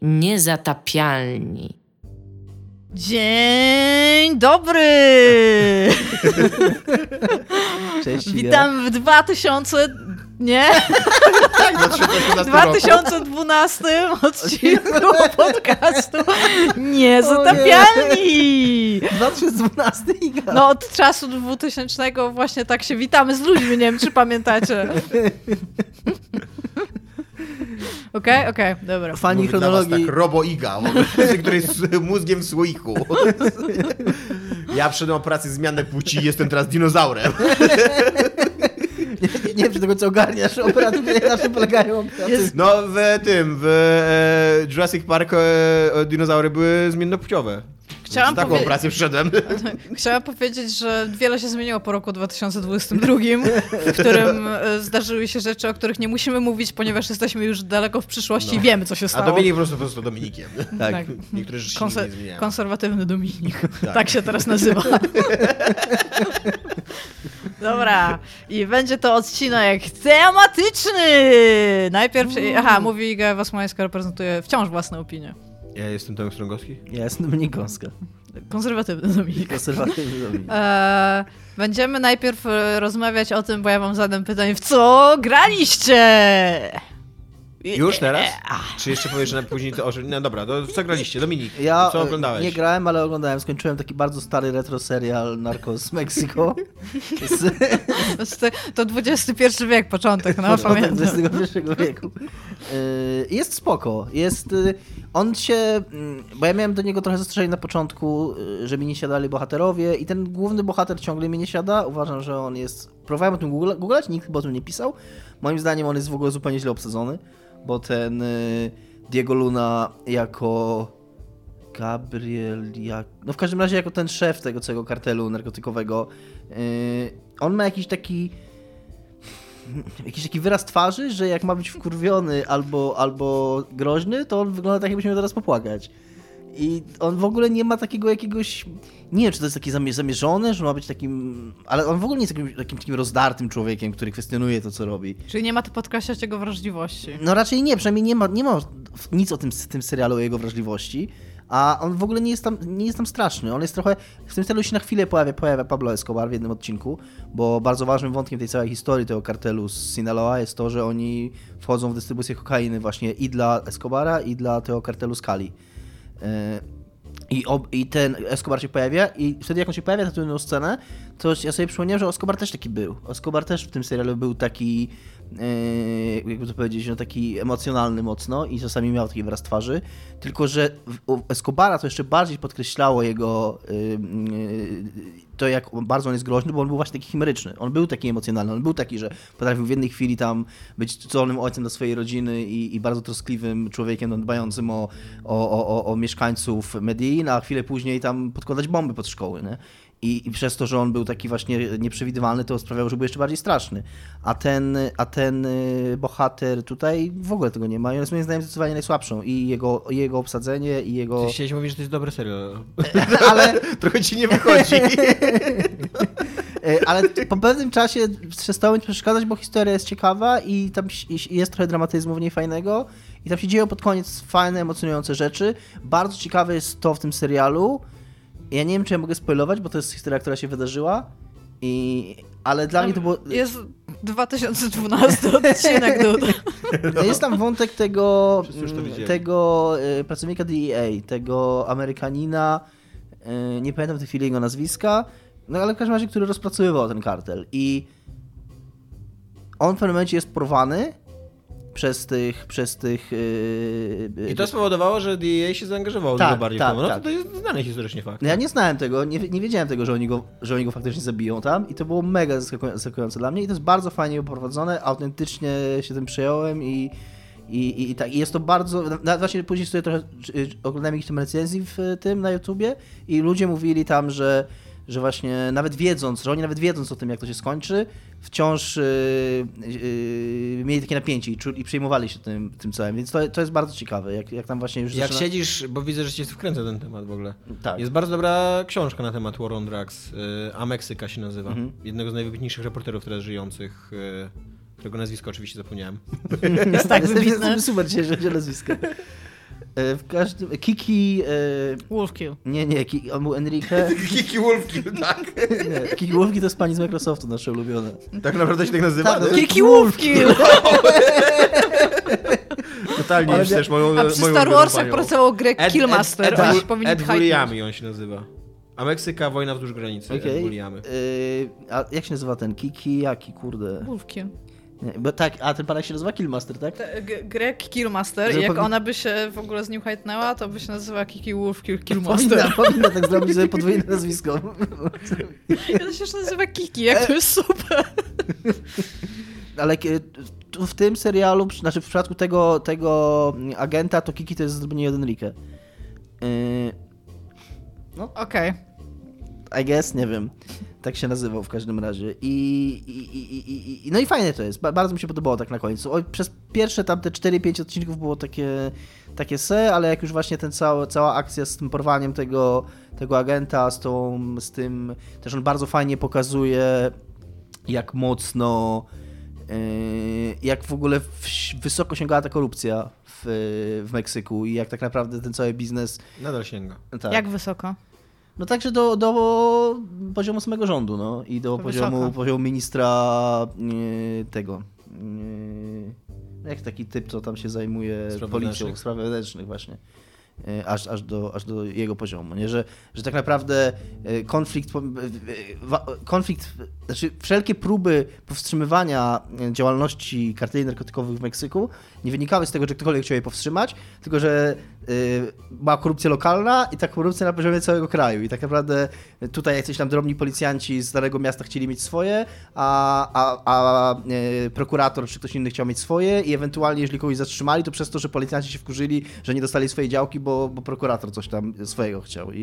Niezatapialni. Dzień dobry! Cześć, witam w 2012 odcinku podcastu Niezatapialni! 2012 Iga. No od czasu 2000 właśnie tak się witamy z ludźmi, nie wiem czy pamiętacie. Okej, dobra. Fani chronologii. Tak, Robo Iga, który jest mózgiem w słoiku. Ja wszedłem operację zmiany płci i jestem teraz dinozaurem. Nie wiem, czy tego co ogarniasz. Operacje na czym polegają. No w Jurassic Park dinozaury były zmiennopłciowe. Taką operację wszedłem. Chciałam powiedzieć, że wiele się zmieniło po roku 2022, w którym zdarzyły się rzeczy, o których nie musimy mówić, ponieważ jesteśmy już daleko w przyszłości i wiemy, co się stało. A Dominik po prostu Dominikiem. Tak. Niektóre rzeczy się nie zmieniają. Konserwatywny Dominik. Tak się teraz nazywa. Dobra. I będzie to odcinek tematyczny. Najpierw... mówi Iga Wasmańska, reprezentuje wciąż własne opinie. Ja jestem Tomek Strągowski. Ja jestem Dominik Gąska. Konserwatywny Dominik. Konserwatywny Dominik. Będziemy najpierw rozmawiać o tym, bo ja wam zadam pytanie, w co graliście? Już teraz? Czy jeszcze powiesz, że później to... No dobra, to w co graliście? Dominik, ja co oglądałeś? Nie grałem, ale oglądałem. Skończyłem taki bardzo stary retro serial Narcos Mexico. To XXI wiek, początek, no pamiętam. XXI wieku. Jest spoko. On się... Bo ja miałem do niego trochę zastrzeżeń na początku, że mi nie siadali bohaterowie i ten główny bohater ciągle mi nie siada. Uważam, że on jest... Próbowałem o tym googlać, nikt chyba o tym nie pisał. Moim zdaniem on jest w ogóle zupełnie źle obsadzony, bo ten Diego Luna jako Gabriel, no w każdym razie jako ten szef tego całego kartelu narkotykowego, on ma jakiś taki wyraz twarzy, że jak ma być wkurwiony albo groźny, to on wygląda tak, jakbyś miał teraz popłakać. I on w ogóle nie ma takiego jakiegoś... Nie wiem, czy to jest takie zamierzone, że ma być takim... Ale on w ogóle nie jest takim rozdartym człowiekiem, który kwestionuje to, co robi. Czyli nie ma to podkreślać jego wrażliwości. No raczej nie, przynajmniej nie ma nic o tym serialu, o jego wrażliwości. A on w ogóle nie jest tam straszny. On jest trochę... W tym serialu się na chwilę pojawia Pablo Escobar w jednym odcinku, bo bardzo ważnym wątkiem tej całej historii tego kartelu z Sinaloa jest to, że oni wchodzą w dystrybucję kokainy właśnie i dla Escobara, i dla tego kartelu Scali. I ten Escobar się pojawia i wtedy jak on się pojawia na tę scenę, to ja sobie przypomniałem, że Escobar też taki był. Escobar też w tym serialu był taki, jakby to powiedzieć, no taki emocjonalny mocno i czasami miał taki wyraz twarzy, tylko że u Escobara to jeszcze bardziej podkreślało jego to, jak bardzo on jest groźny, bo on był właśnie taki chimeryczny. On był taki emocjonalny, on był taki, że potrafił w jednej chwili tam być cudownym ojcem dla swojej rodziny i bardzo troskliwym człowiekiem dbającym o mieszkańców Medellin, a chwilę później tam podkładać bomby pod szkoły, nie? I przez to, że on był taki właśnie nieprzewidywalny, to sprawiało, że był jeszcze bardziej straszny. A ten bohater tutaj w ogóle tego nie ma. I on jest moim zdaniem zdecydowanie najsłabszą. I jego obsadzenie, i jego... Ty chciałeś mówić, że to jest dobry serial. Ale trochę ci nie wychodzi. Ale po pewnym czasie przestało mi przeszkadzać, bo historia jest ciekawa i tam jest trochę dramatyzmu w niej fajnego. I tam się dzieją pod koniec fajne, emocjonujące rzeczy. Bardzo ciekawe jest to w tym serialu. Ja nie wiem, czy ja mogę spoilować, bo to jest historia, która się wydarzyła, ale dla mnie to było... Jest 2012 odcinek, dude. No jest tam wątek tego pracownika DEA, tego Amerykanina, nie pamiętam w tej chwili jego nazwiska, no ale w każdym razie, który rozpracowywał ten kartel. I on w pewnym momencie jest porwany przez tych... I to spowodowało, że DEA się zaangażowało dużo bardziej w to. No to jest znany historycznie fakt. No ja nie znałem tego, nie wiedziałem tego, że oni go faktycznie zabiją tam i to było mega zaskakujące dla mnie i to jest bardzo fajnie poprowadzone, autentycznie się tym przejąłem i tak. I jest to bardzo... Właśnie później sobie trochę oglądałem jakichś tam recenzji w tym na YouTubie i ludzie mówili tam, że właśnie nawet wiedząc o tym, jak to się skończy, wciąż mieli takie napięcie i przejmowali się tym całym, więc to jest bardzo ciekawe, jak tam właśnie już Jak siedzisz, bo widzę, że cię wkręca ten temat w ogóle. Tak. Jest bardzo dobra książka na temat War on Drugs, Ameksyka się nazywa, jednego z najwybitniejszych reporterów teraz żyjących, którego nazwisko oczywiście zapomniałem. Jest tak wybitne. Super cieszę się nazwisko. W każdym... Kiki... Wolfkill. Nie, on był Enrique. Kiki Wolfkill, tak. Nie, Kiki Wolfkill to jest pani z Microsoftu, nasze ulubione. Tak naprawdę się tak nazywa? Tak, Kiki Wolfkill! Totalnie już też moją A przy Star ulubioną Warsach panią. pracował Greg Killmaster. Oni się powinni Ed hajtnąć. Williamy on się nazywa. A Meksyka, wojna wzdłuż granicy. Ed Okej. Williamy. A jak się nazywa ten? Jaki, kurde? Wolfkill. Nie, bo tak, a ten pan jak się nazywa Killmaster, tak? Greg Killmaster Że i jak powin- ona by się w ogóle z nim hajtnęła, to by się nazywała Kiki Wolfkill Killmaster. Powinna tak zrobić sobie podwójne nazwisko. I to się już nazywa Kiki, jak to jest super. Ale tu w tym serialu, znaczy w przypadku tego agenta, to Kiki to jest zrobienie od Enrique. Okej. I guess, nie wiem. Tak się nazywał w każdym razie. No i fajne to jest. Bardzo mi się podobało tak na końcu. Przez pierwsze tam te 4-5 odcinków było takie ale jak już właśnie cała akcja z tym porwaniem tego agenta, z tym też on bardzo fajnie pokazuje, jak mocno jak w ogóle wysoko sięgała ta korupcja w Meksyku i jak tak naprawdę ten cały biznes... Nadal sięga. Tak. Jak wysoko? No także do poziomu samego rządu, no i do poziomu ministra tego. Jak taki typ, co tam się zajmuje policją, spraw wewnętrznych właśnie. Aż do jego poziomu, nie? Że tak naprawdę konflikt, znaczy wszelkie próby powstrzymywania działalności karteli narkotykowych w Meksyku nie wynikały z tego, że ktokolwiek chciał je powstrzymać, tylko że była korupcja lokalna i ta korupcja na poziomie całego kraju i tak naprawdę tutaj jacyś tam drobni policjanci z danego miasta chcieli mieć swoje, a prokurator czy ktoś inny chciał mieć swoje i ewentualnie jeżeli kogoś zatrzymali, to przez to, że policjanci się wkurzyli, że nie dostali swojej działki, bo prokurator coś tam swojego chciał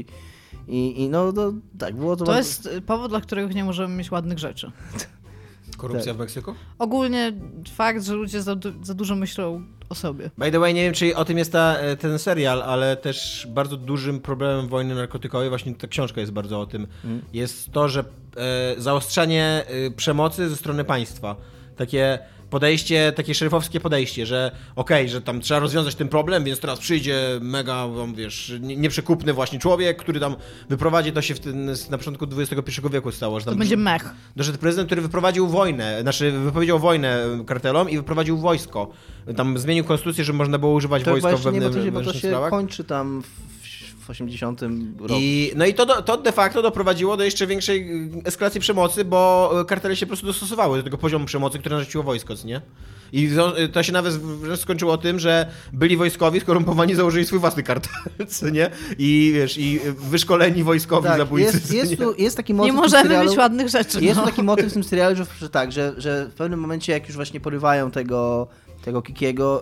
i no tak, było to... To jest powód, dla którego nie możemy mieć ładnych rzeczy. Korupcja Tak. w Meksyku? Ogólnie fakt, że ludzie za dużo myślą o sobie. By the way, nie wiem, czy o tym jest ten serial, ale też bardzo dużym problemem wojny narkotykowej, właśnie ta książka jest bardzo o tym, jest to, że zaostrzanie przemocy ze strony państwa. Takie podejście, takie szeryfowskie podejście, że okej, że tam trzeba rozwiązać ten problem, więc teraz przyjdzie mega, wiesz, nieprzekupny właśnie człowiek, który tam wyprowadzi, to się na początku XXI wieku stało, że tam To będzie mech. doszedł prezydent, który wyprowadził wojnę, wypowiedział wojnę kartelom i wyprowadził wojsko. Tam zmienił konstytucję, że można było używać wojska w wewnętrznych bo to się sprawach. kończy tam w 80 roku. No i to de facto doprowadziło do jeszcze większej eskalacji przemocy, bo kartele się po prostu dostosowały do tego poziomu przemocy, który narzuciło wojsko, co nie? I to się nawet skończyło tym, że byli wojskowi skorumpowani, założyli swój własny kartel, co nie? I wiesz, i wyszkoleni wojskowi zabójcy. Jest taki motyw Nie w tym możemy serialu, mieć ładnych rzeczy. Jest no. taki motyw w tym serialu, że w pewnym momencie, jak już właśnie porywają tego Kikiego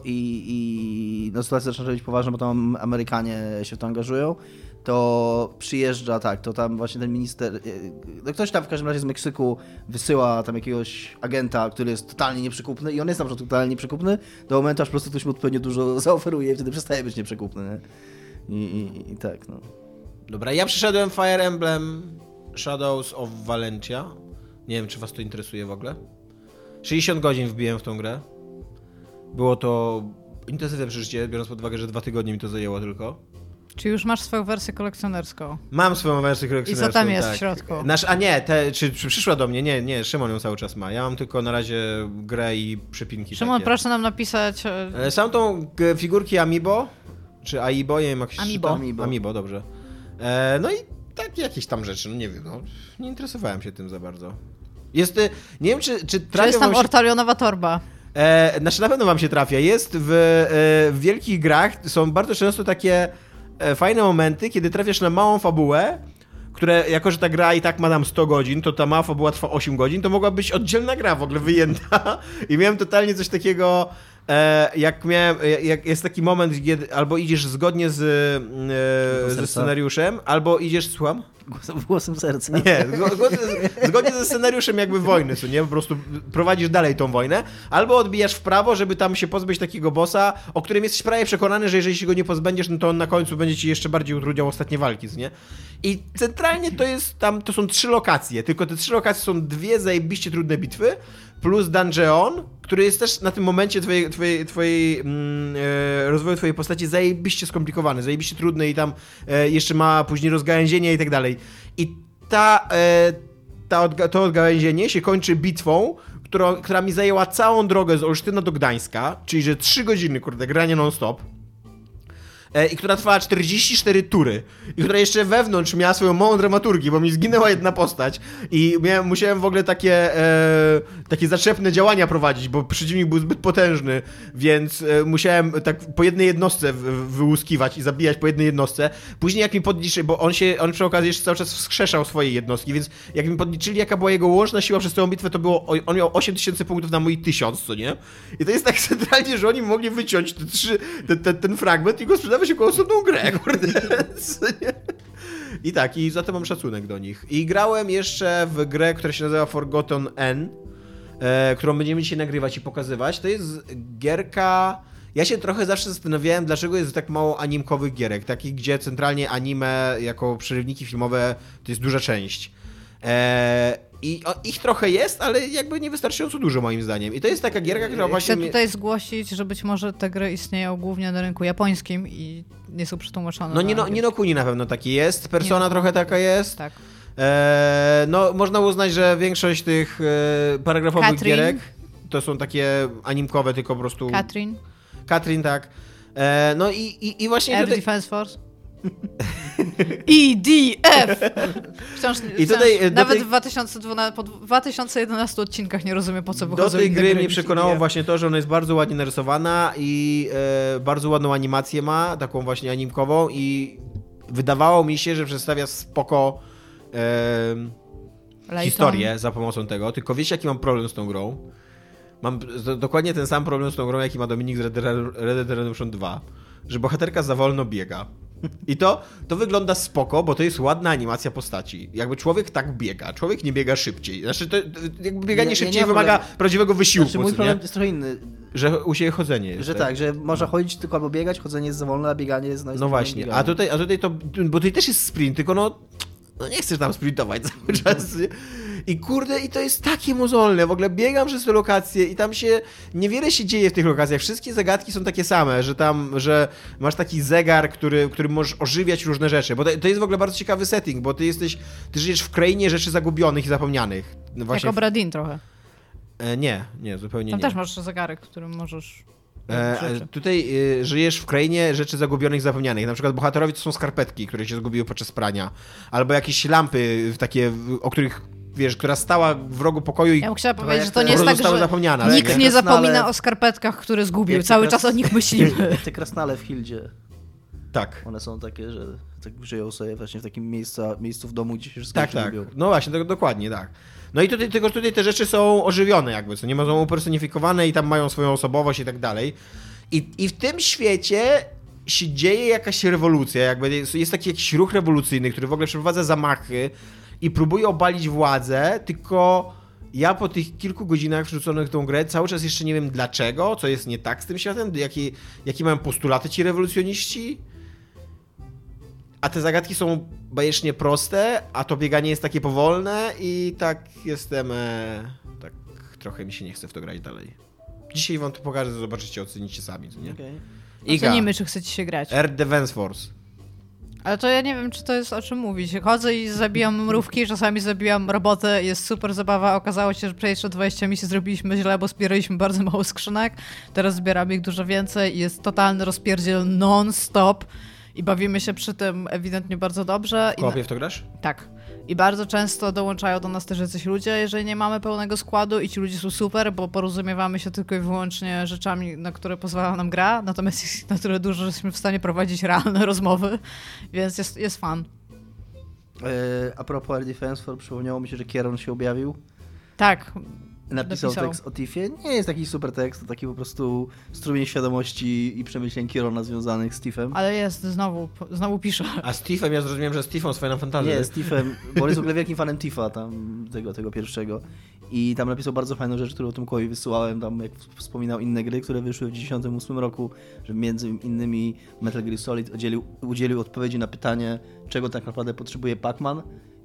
i no, sytuacja zaczyna być poważna, bo tam Amerykanie się w to angażują, to przyjeżdża, to tam właśnie ten minister, no ktoś tam w każdym razie z Meksyku wysyła tam jakiegoś agenta, który jest totalnie nieprzekupny i on jest na przykład totalnie nieprzekupny do momentu, aż po prostu ktoś mu odpowiednio dużo zaoferuje i wtedy przestaje być nieprzekupny, nie? I tak, no. Dobra, ja przeszedłem Fire Emblem Shadows of Valentia. Nie wiem, czy was to interesuje w ogóle. 60 godzin wbiłem w tą grę. Było to intensywne przeżycie, biorąc pod uwagę, że 2 tygodnie mi to zajęło tylko. Czy już masz swoją wersję kolekcjonerską? Mam swoją wersję kolekcjonerską. I co tam jest tak. w środku? Czy przyszła do mnie? Nie, Szymon ją cały czas ma. Ja mam tylko na razie grę i przypinki Szymon, takie. proszę nam napisać... Są tą figurki Amiibo, czy Aibo, nie wiem jak się Amiibo. czyta. Amiibo, dobrze. No i tak jakieś tam rzeczy, no nie wiem, no, nie interesowałem się tym za bardzo. Jest, nie wiem czy Czy trafia jest tam wam się... ortalionowa torba? Znaczy na pewno wam się trafia. Jest w wielkich grach, są bardzo często takie fajne momenty, kiedy trafiasz na małą fabułę, które, jako że ta gra i tak ma tam 100 godzin, to ta mała fabuła trwa 8 godzin, to mogła być oddzielna gra w ogóle wyjęta. I miałem totalnie coś takiego, jak jest taki moment, kiedy albo idziesz zgodnie ze scenariuszem, albo idziesz, słucham? Głosem serca. Nie, zgodnie ze scenariuszem jakby wojny, co nie? Po prostu prowadzisz dalej tą wojnę, albo odbijasz w prawo, żeby tam się pozbyć takiego bossa, o którym jesteś prawie przekonany, że jeżeli się go nie pozbędziesz, no to on na końcu będzie ci jeszcze bardziej utrudniał ostatnie walki, co nie? I centralnie to są 3 lokacje, tylko te 3 lokacje są 2 zajebiście trudne bitwy, plus Dungeon, który jest też na tym momencie rozwoju twojej postaci zajebiście skomplikowany, zajebiście trudny i tam jeszcze ma później rozgałęzienie i tak dalej. I to odgałęzienie się kończy bitwą, która mi zajęła całą drogę z Olsztyna do Gdańska, czyli że 3 godziny, kurde, grania non-stop. I która trwała 44 tury. I która jeszcze wewnątrz miała swoją małą dramaturgię, bo mi zginęła jedna postać. I musiałem w ogóle takie zaczepne działania prowadzić, bo przeciwnik był zbyt potężny, więc musiałem tak po jednej jednostce wyłuskiwać i zabijać po jednej jednostce. Później jak mi podliczyli, bo on przy okazji jeszcze cały czas wskrzeszał swoje jednostki, więc jak mi podliczyli, jaka była jego łączna siła przez tę bitwę, to było, on miał 8000 punktów na mój 1000, co nie? I to jest tak centralnie, że oni mogli wyciąć ten fragment i go sprzedawać jako osobną grę, kurde. I za to mam szacunek do nich. I grałem jeszcze w grę, która się nazywa Forgotten N, którą będziemy dzisiaj nagrywać i pokazywać. To jest gierka... Ja się trochę zawsze zastanawiałem, dlaczego jest tak mało animkowych gierek, takich, gdzie centralnie anime jako przerywniki filmowe to jest duża część. I ich trochę jest, ale jakby niewystarczająco dużo moim zdaniem. I to jest taka gierka, która właśnie... Chcę tutaj zgłosić, że być może te gry istnieją głównie na rynku japońskim i nie są przetłumaczone. No Ni no Kuni na pewno taki jest, Persona trochę taka jest. Tak. No można uznać, że większość tych paragrafowych gierek to są takie animkowe, tylko po prostu... Katrin, tak. No i właśnie Air tutaj... Defense Force. EDF! Nawet w 2011 odcinkach nie rozumiem, po co wychodzą. Do tej gry mnie przekonało właśnie to, że ona jest bardzo ładnie narysowana i bardzo ładną animację ma, taką właśnie animkową i wydawało mi się, że przedstawia spoko historię za pomocą tego. Tylko wiecie, jaki mam problem z tą grą? Mam dokładnie ten sam problem z tą grą, jaki ma Dominik z Red Dead Redemption 2. Że bohaterka za wolno biega. I to wygląda spoko, bo to jest ładna animacja postaci. Jakby człowiek tak biega, człowiek nie biega szybciej. Znaczy, to jakby bieganie szybciej wymaga prawdziwego wysiłku. Znaczy, mój problem jest trochę inny. Że u siebie chodzenie jest. Że tak, że można chodzić tylko albo biegać, chodzenie jest za wolne, a bieganie jest No właśnie, bieganie. A tutaj to, bo tutaj też jest sprint, tylko no nie chcesz tam sprintować cały czas. I kurde, i to jest takie mozolne. W ogóle biegam przez te lokacje i tam się niewiele się dzieje w tych lokacjach. Wszystkie zagadki są takie same, że masz taki zegar, który możesz ożywiać różne rzeczy. Bo to jest w ogóle bardzo ciekawy setting, bo ty żyjesz w krainie rzeczy zagubionych i zapomnianych. No właśnie jak Obradin trochę. Nie, zupełnie tam nie. Tam też masz zegarek, którym możesz... Tutaj żyjesz w krainie rzeczy zagubionych i zapomnianych. Na przykład bohaterowie to są skarpetki, które się zgubiły podczas prania. Albo jakieś lampy takie, o których wiesz, która stała w rogu pokoju i ja chciałam powiedzieć, że to nie jest tak, że zapomniana. Nikt nie zapomina o skarpetkach, które zgubił. Cały czas o nich myślimy. Te krasnale w Hildzie. Tak. One są takie, że tak żyją sobie właśnie w takim miejscu w domu, gdzie się wszystko lubią. No właśnie, dokładnie tak. No i tutaj te rzeczy są ożywione jakby, co nie są upersonifikowane i tam mają swoją osobowość i tak dalej. I w tym świecie się dzieje jakaś rewolucja, jakby jest taki jakiś ruch rewolucyjny, który w ogóle przeprowadza zamachy i próbuje obalić władzę, tylko ja po tych kilku godzinach wrzuconych w tą grę cały czas jeszcze nie wiem dlaczego, co jest nie tak z tym światem, jakie mają postulaty ci rewolucjoniści. A te zagadki są bajecznie proste, a to bieganie jest takie powolne i tak jestem... tak trochę mi się nie chce w to grać dalej. Dzisiaj wam to pokażę, zobaczycie, ocenicie sami, co nie? Okay. Ocenimy, czy chcecie się grać. Air Defense Force. Ale to ja nie wiem, czy to jest o czym mówić. Chodzę i zabijam mrówki, czasami zabijam robotę, jest super zabawa. Okazało się, że przez jeszcze 20 misji zrobiliśmy źle, bo zbieraliśmy bardzo mało skrzynek. Teraz zbieramy ich dużo więcej i jest totalny rozpierdziel non-stop. I bawimy się przy tym ewidentnie bardzo dobrze. W koopie w to grasz? Tak. I bardzo często dołączają do nas też jacyś ludzie, jeżeli nie mamy pełnego składu i ci ludzie są super, bo porozumiewamy się tylko i wyłącznie rzeczami, na które pozwala nam gra, natomiast jest na tyle dużo, że jesteśmy w stanie prowadzić realne rozmowy, więc jest fun. A propos Air Defense Force, przypomniało mi się, że Kieron się objawił. Tak. Napisał tekst o Tiffie. Nie jest taki super tekst, to taki po prostu strumień świadomości i przemyśleń Kierona związanych z Tiffem. Ale jest, znowu pisze. A z Tiffem, ja zrozumiałem, że z Tiffem z Final Fantasy. Nie, z Tiffem, bo on jest w ogóle wielkim fanem Tiffa, tam tego pierwszego. I tam napisał bardzo fajną rzecz, którą Tomkowi wysyłałem, tam jak wspominał inne gry, które wyszły w 1998 roku, że między innymi Metal Gear Solid udzielił odpowiedzi na pytanie, czego tak naprawdę potrzebuje Pac-Man.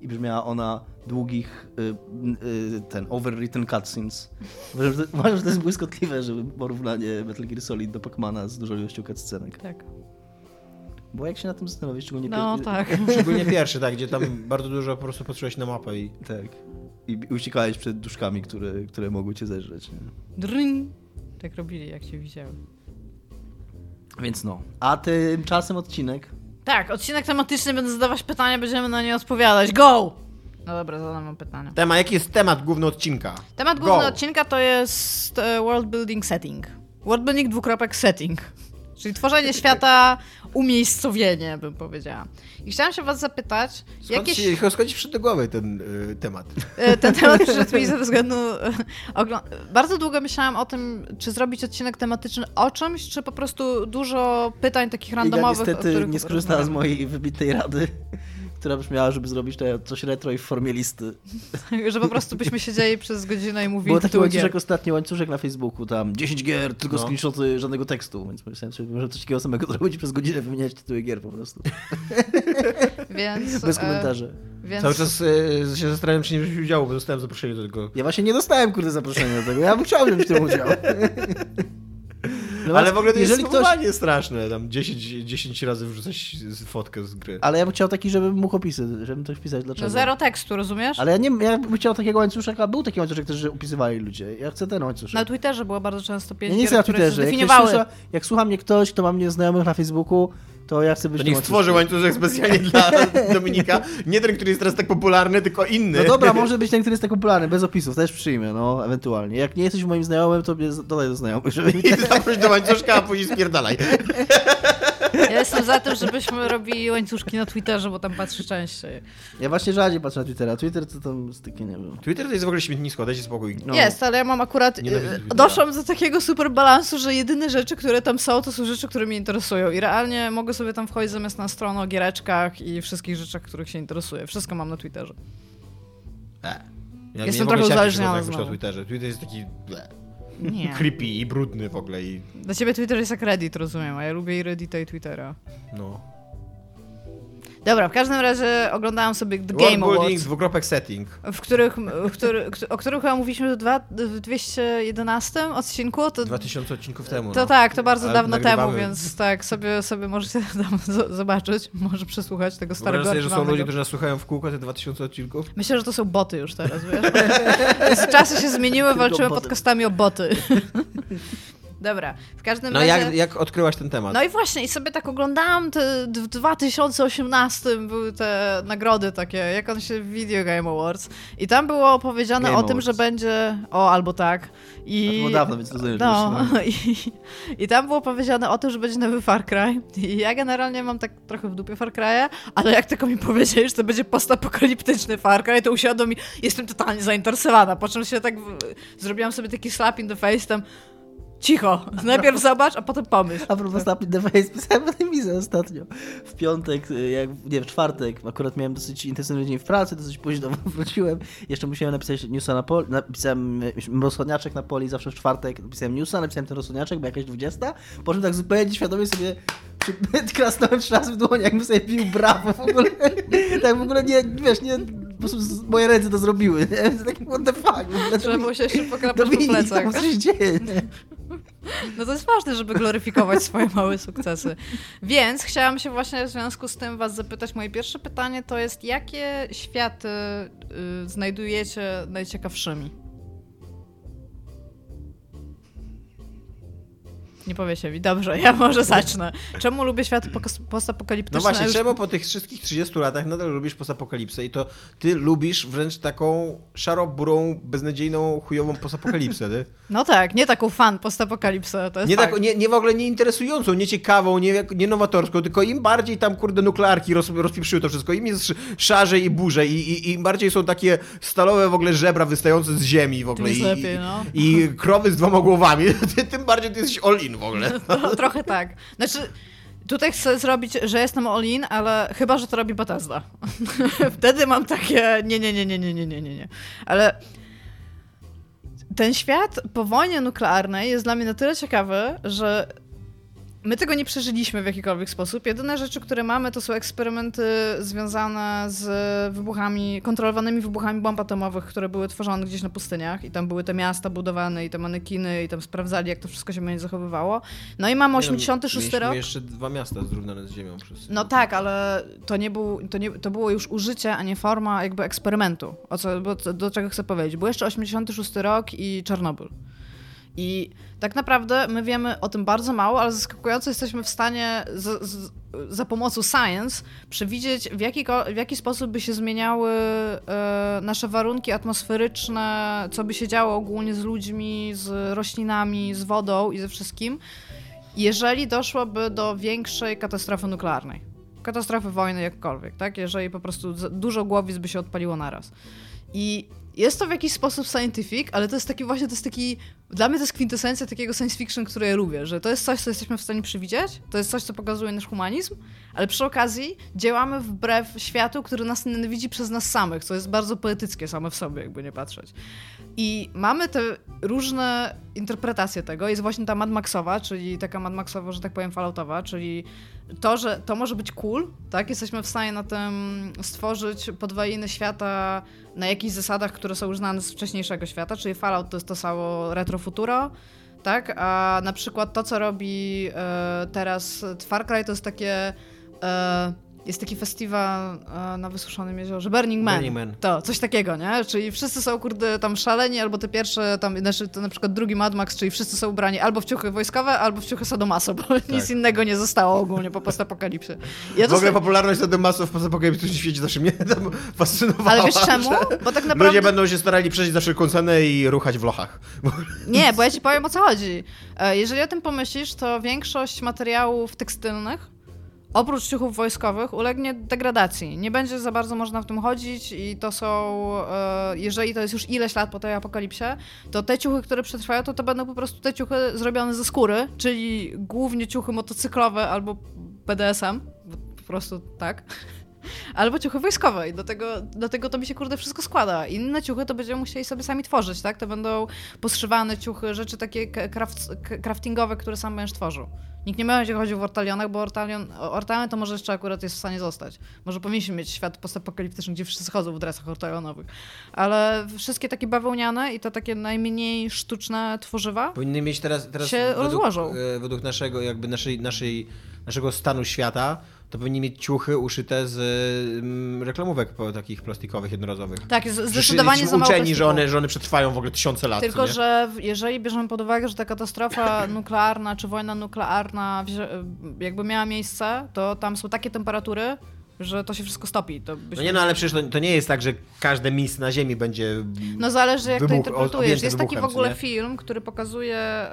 i brzmiała ona długich overwritten cutscenes. Uważam, że to jest błyskotliwe, żeby porównanie Metal Gear Solid do Pac-Mana z dużą ilością cutscenek. Tak. Bo jak się na tym zastanowić, szczególnie tak. Szczególnie pierwszy, tak, gdzie tam bardzo dużo po prostu patrzyłeś na mapę i... Tak. I uciekałeś przed duszkami, które mogły cię zeżreć. Nie? Dryn. Tak robili, jak cię widziały. Więc no. A tymczasem odcinek. Tak, odcinek tematyczny, będę zadawać pytania, będziemy na nie odpowiadać. Go! No dobra, zadam wam pytanie. Jaki jest temat główny odcinka? Temat główny odcinka to jest world building setting. World building setting. Czyli tworzenie świata, umiejscowienie, bym powiedziała. I chciałam się was zapytać... Skąd ci przyszedł do głowy ten temat? Ten temat przyszedł mi ze względu... Bardzo długo myślałam o tym, czy zrobić odcinek tematyczny o czymś, czy po prostu dużo pytań takich randomowych. Ja niestety nie skorzystała z mojej wybitnej rady, która brzmiała, żeby zrobić to coś retro i w formie listy. Że po prostu byśmy siedzieli przez godzinę i mówili Było taki łańcuszek, ostatni łańcuszek na Facebooku, tam 10 gier, tylko screenshoty, żadnego tekstu, więc myślałem sobie, może coś takiego samego zrobić przez godzinę, wymieniać tytuły gier po prostu. Więc, bez komentarzy. Więc... Cały czas się zastanawiam, czy nie wziąć udziału, bo dostałem zaproszenie do tego. Ja właśnie nie dostałem, zaproszenia do tego. Ja bym chciał wziąć w tym udział. No ale w ogóle to jest spowodowanie straszne, tam 10 razy wrzucać fotkę z gry. Ale ja bym chciał taki, żebym mógł opisać, żebym coś wpisać dlaczego. No zero tekstu, rozumiesz? Ale ja bym chciał takiego łańcuszka, był taki łańcuszek też, że opisywali ludzie. Ja chcę ten łańcuszek. Na Twitterze było bardzo często 5 gier, które się zdefiniowały. Jak słucha mnie ktoś, kto ma mnie znajomych na Facebooku, to ja chcę być... To niech stworzy łańcuszek specjalnie dla Dominika. Nie ten, który jest teraz tak popularny, tylko inny. No dobra, może być ten, który jest tak popularny, bez opisów, też przyjmę, no, ewentualnie. Jak nie jesteś moim znajomym, to mnie dodaj do znajomych, żeby... I zaproś do łańcuszka, a później spierdalaj. Ja jestem za tym, żebyśmy robili łańcuszki na Twitterze, bo tam patrzę częściej. Ja właśnie rzadziej patrzę na Twittera. Twitter to tam styki, nie wiem. Twitter to jest w ogóle śmietnisko, dajcie spokój. No. Jest, ale ja mam akurat... Doszłam do takiego super balansu, że jedyne rzeczy, które tam są, to są rzeczy, które mnie interesują. I realnie mogę sobie tam wchodzić zamiast na stronę o giereczkach i wszystkich rzeczach, których się interesuję. Wszystko mam na Twitterze. Ja jestem trochę uzależniona znowu. Twitterze. Twitter jest taki... Nie. Creepy i brudny w ogóle. Dla ciebie Twitter jest jak Reddit, rozumiem, a ja lubię i Reddita i Twittera. No. Dobra, w każdym razie oglądałam sobie The Game Awards. Setting. O których chyba mówiliśmy w 211 odcinku. To 2000 odcinków temu. To tak, to bardzo dawno temu, więc tak, sobie możecie tam zobaczyć, może przesłuchać tego starego archiwalnego. Że są ludzie, którzy nas słuchają w kółko te 2000 odcinków? Myślę, że to są boty już teraz, wiesz. Czasy się zmieniły, walczymy podcastami o boty. Dobra, w każdym razie... Jak odkryłaś ten temat? No i właśnie, i sobie tak oglądałam, w 2018 były te nagrody takie, jak on się Video Game Awards. I tam było powiedziane Game o tym, że będzie... albo tak. A to było dawno, więc rozumiem. I tam było powiedziane o tym, że będzie nowy Far Cry. I ja generalnie mam tak trochę w dupie Far Cry'a, ale jak tylko mi powiedzieli, że to będzie postapokaliptyczny Far Cry, to usiadłem i jestem totalnie zainteresowana. Po czym się tak... Zrobiłem sobie taki slap in the face tam... Cicho, najpierw zobacz, a potem pomyśl. A propos Slap in the Face, pisałem o tym wizę ostatnio. W piątek, w czwartek, akurat miałem dosyć intensywny dzień w pracy, dosyć późno wróciłem. Jeszcze musiałem napisać newsa na poli, napisałem rozchodniaczek na poli, zawsze w czwartek napisałem newsa, napisałem ten rozchodniaczek, bo jakaś 20, po czym tak zupełnie nieświadomie sobie klasnąłem 3 razy w dłoń, jakbym sobie bił brawo w ogóle. Tak w ogóle nie, wiesz, nie... Po prostu moje ręce to zrobiły, nie? Więc taki what the fuck. Trzeba było się jeszcze pokrapać po plecach. Co się dzieje, nie? No to jest ważne, żeby gloryfikować swoje małe sukcesy. Więc chciałam się właśnie w związku z tym was zapytać. Moje pierwsze pytanie to jest, jakie światy znajdujecie najciekawszymi? Nie powie się mi. Dobrze, ja może zacznę. Czemu lubię światy postapokaliptyczne? No właśnie, czemu po tych wszystkich 30 latach nadal lubisz postapokalipsę i to ty lubisz wręcz taką szaro-burą, beznadziejną, chujową postapokalipsę, ty? No tak, nie taką fan postapokalipsę, to jest fakt. Nie w ogóle nie interesującą, nie ciekawą, nie nowatorską, tylko im bardziej tam, nuklearki rozpieprzyły to wszystko, im jest szarzej i burzej i im bardziej są takie stalowe w ogóle żebra wystające z ziemi w ogóle i krowy z 2 głowami, tym bardziej ty jesteś all in w ogóle. Trochę tak. Znaczy, tutaj chcę zrobić, że jestem all in, ale chyba, że to robi Bethesda. Wtedy mam takie nie. Ale ten świat po wojnie nuklearnej jest dla mnie na tyle ciekawy, że my tego nie przeżyliśmy w jakikolwiek sposób. Jedyne rzeczy, które mamy, to są eksperymenty związane z wybuchami, kontrolowanymi wybuchami bomb atomowych, które były tworzone gdzieś na pustyniach i tam były te miasta budowane i te manekiny i tam sprawdzali, jak to wszystko się będzie zachowywało. No i mamy 86 rok. jeszcze 2 miasta zrównane z ziemią. No tak, ale to było już użycie, a nie forma jakby eksperymentu. Do czego chcę powiedzieć? Był jeszcze 86 rok i Czarnobyl. I tak naprawdę my wiemy o tym bardzo mało, ale zaskakująco jesteśmy w stanie za pomocą science przewidzieć, w jaki sposób by się zmieniały nasze warunki atmosferyczne, co by się działo ogólnie z ludźmi, z roślinami, z wodą i ze wszystkim, jeżeli doszłoby do większej katastrofy nuklearnej. Katastrofy wojny jakkolwiek, tak? Jeżeli po prostu dużo głowic by się odpaliło naraz. I jest to w jakiś sposób scientific, ale to jest taki, dla mnie to jest kwintesencja takiego science fiction, które ja lubię, że to jest coś, co jesteśmy w stanie przewidzieć, to jest coś, co pokazuje nasz humanizm, ale przy okazji działamy wbrew światu, który nas nienawidzi przez nas samych, co jest bardzo poetyckie same w sobie, jakby nie patrzeć. I mamy te różne interpretacje tego. Jest właśnie ta Mad Maxowa, czyli taka Mad Maxowa, że tak powiem, falloutowa, czyli to, że to może być cool, tak? Jesteśmy w stanie na tym stworzyć podwaliny świata na jakichś zasadach, które są już znane z wcześniejszego świata, czyli Fallout to jest to samo retrofuturo, tak? A na przykład to, co robi teraz Far Cry, to jest takie... Jest taki festiwal na wysuszonym jeziorze, Burning Man. To, coś takiego, nie? Czyli wszyscy są, kurde, tam szaleni, albo te pierwsze, tam, to na przykład drugi Mad Max, czyli wszyscy są ubrani albo w ciuchy wojskowe, albo w ciuchy sadomaso, bo nic innego nie zostało ogólnie po postapokalipsie. W ogóle popularność sadomaso w postapokalipsy w świecie zawsze mnie tam fascynowała. Ale wiesz czemu? Bo tak naprawdę... Ludzie będą się starali przejść za wszelką cenę i ruchać w lochach. Nie, bo ja ci powiem, o co chodzi. Jeżeli o tym pomyślisz, to większość materiałów tekstylnych oprócz ciuchów wojskowych ulegnie degradacji. Nie będzie za bardzo można w tym chodzić i to są, jeżeli to jest już ileś lat po tej apokalipsie, to te ciuchy, które przetrwają, to będą po prostu te ciuchy zrobione ze skóry, czyli głównie ciuchy motocyklowe albo BDSM, po prostu tak. Albo ciuchy wojskowe i do tego to mi się, kurde, wszystko składa. Inne ciuchy to będziemy musieli sobie sami tworzyć, tak? To będą poszywane ciuchy, rzeczy takie craftingowe, które sam będziesz tworzył. Nikt nie będzie chodził w ortalionach, bo ortalion to może jeszcze akurat jest w stanie zostać. Może powinniśmy mieć świat postapokaliptyczny, gdzie wszyscy chodzą w dresach ortalionowych. Ale wszystkie takie bawełniane i te takie najmniej sztuczne tworzywa powinny mieć teraz się rozłożą. Według naszego stanu świata, to powinni mieć ciuchy uszyte z reklamówek takich plastikowych, jednorazowych. Tak, zdecydowanie za mało uczeni, że one przetrwają w ogóle tysiące lat. Tylko, że jeżeli bierzemy pod uwagę, że ta katastrofa nuklearna czy wojna nuklearna jakby miała miejsce, to tam są takie temperatury, że to się wszystko stopi. Ale przecież to nie jest tak, że każde miejsce na Ziemi będzie No zależy, jak to interpretujesz. Jest taki w ogóle film, który pokazuje...